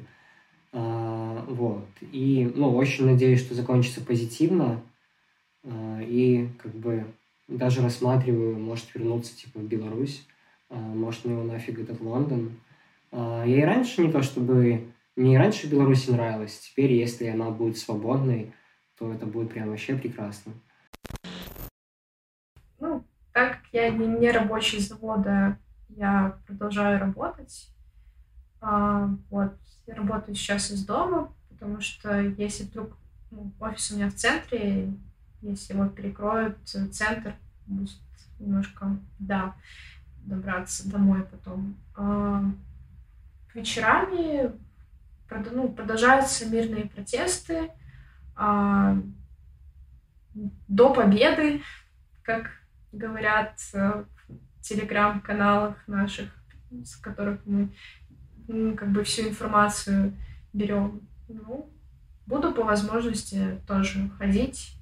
А, Вот, и, ну, очень надеюсь, что закончится позитивно, а, и как бы даже рассматриваю, может вернуться типа в Беларусь, а, может ну его нафиг этот Лондон, А, Я и раньше не то чтобы... Мне и раньше Беларусь нравилась. Теперь, если она будет свободной, то это будет прям вообще прекрасно. Ну, так как я не, не рабочий завода, я продолжаю работать. А, вот, я работаю сейчас из дома, потому что если вдруг ну, офис у меня в центре, если его перекроют, центр будет немножко, да, добраться домой потом. А, вечерами прод- ну, продолжаются мирные протесты а, до победы, как говорят э, в телеграм-каналах наших, с которых мы м, как бы всю информацию берем. Ну, буду по возможности тоже ходить.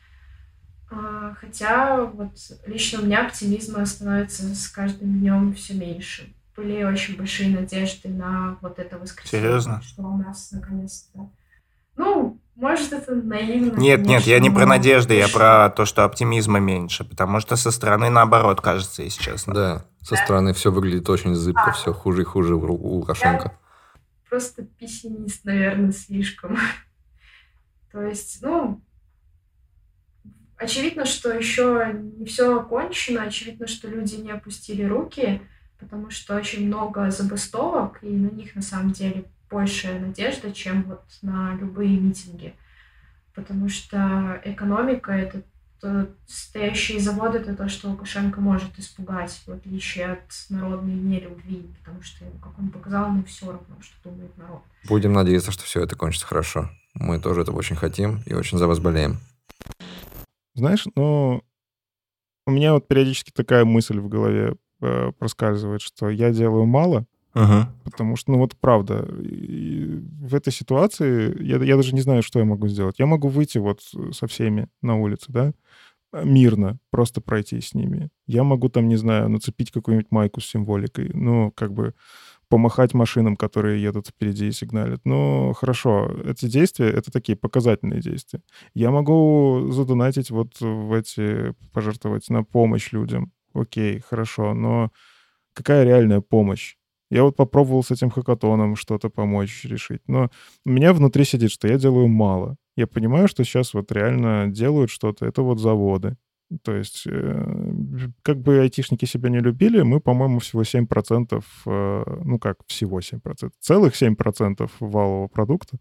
А, Хотя вот лично у меня оптимизма становится с каждым днем все меньше. Были очень большие надежды на вот это воскресенье, Серьезно? что у нас наконец-то... Ну, может, это наивно, Нет, нет, я конечно, не про но надежды, я уж- про то, что оптимизма меньше, потому что со стороны наоборот, кажется, если честно. Да, со стороны все выглядит очень зыбко, все хуже и хуже у у Лукашенко. просто пессимист, наверное, слишком. То есть, ну, очевидно, что еще не все окончено, очевидно, что люди не опустили руки, потому что очень много забастовок, и на них на самом деле большая надежда, чем вот на любые митинги. Потому что экономика — это то, стоящие заводы — это то, что Лукашенко может испугать, в отличие от народной нелюбви, потому что, как он показал, ему все равно, что думает народ. Будем надеяться, что все это кончится хорошо. Мы тоже этого очень хотим и очень за вас болеем. Знаешь, ну, у меня вот периодически такая мысль в голове э, проскальзывает, что я делаю мало, Угу. потому что, ну вот правда, и в этой ситуации я, я даже не знаю, что я могу сделать. Я могу выйти вот со всеми на улицу, да, мирно, просто пройти с ними. Я могу там, не знаю, нацепить какую-нибудь майку с символикой, ну, как бы помахать машинам, которые едут впереди и сигналят. Ну, хорошо, эти действия — это такие показательные действия. Я могу задонатить вот в эти, пожертвовать на помощь людям. Окей, хорошо, но какая реальная помощь? Я вот попробовал с этим хакатоном что-то помочь решить, но у меня внутри сидит, что я делаю мало. Я понимаю, что сейчас вот реально делают что-то, это вот заводы. То есть, э, как бы айтишники себя не любили, мы, по-моему, всего семь процентов, э, ну как всего семь процентов, целых семь процентов валового продукта,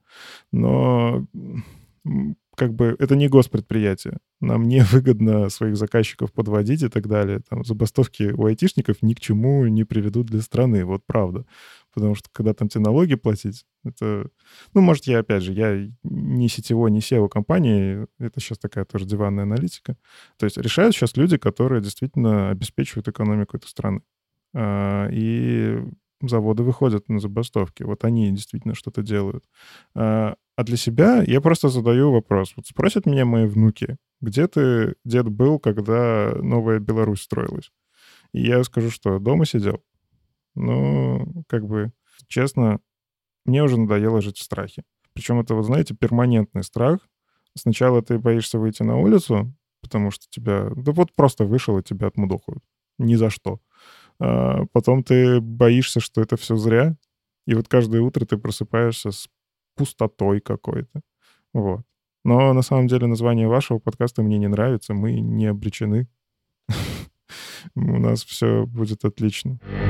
но м, как бы это не госпредприятие. Нам не выгодно своих заказчиков подводить и так далее. Там забастовки у айтишников ни к чему не приведут для страны, вот правда. Потому что когда там тебе налоги платить, это... Ну, может, я, опять же, я не сетевой, не сео компании, это сейчас такая тоже диванная аналитика. То есть решают сейчас люди, которые действительно обеспечивают экономику этой страны. А, И заводы выходят на забастовки. Вот они действительно что-то делают. А а для себя я просто задаю вопрос. Вот спросят меня мои внуки, где ты, дед, был, когда новая Беларусь строилась? И я скажу, что дома сидел. Ну, как бы, честно, мне уже надоело жить в страхе. Причем это, вот знаете, перманентный страх. Сначала ты боишься выйти на улицу, потому что тебя... Да вот просто вышел, и тебя отмудохают. Ни за что. А потом ты боишься, что это все зря. И вот каждое утро ты просыпаешься с пустотой какой-то. Вот. Но на самом деле название вашего подкаста мне не нравится. Мы не обречены. У нас все будет отлично.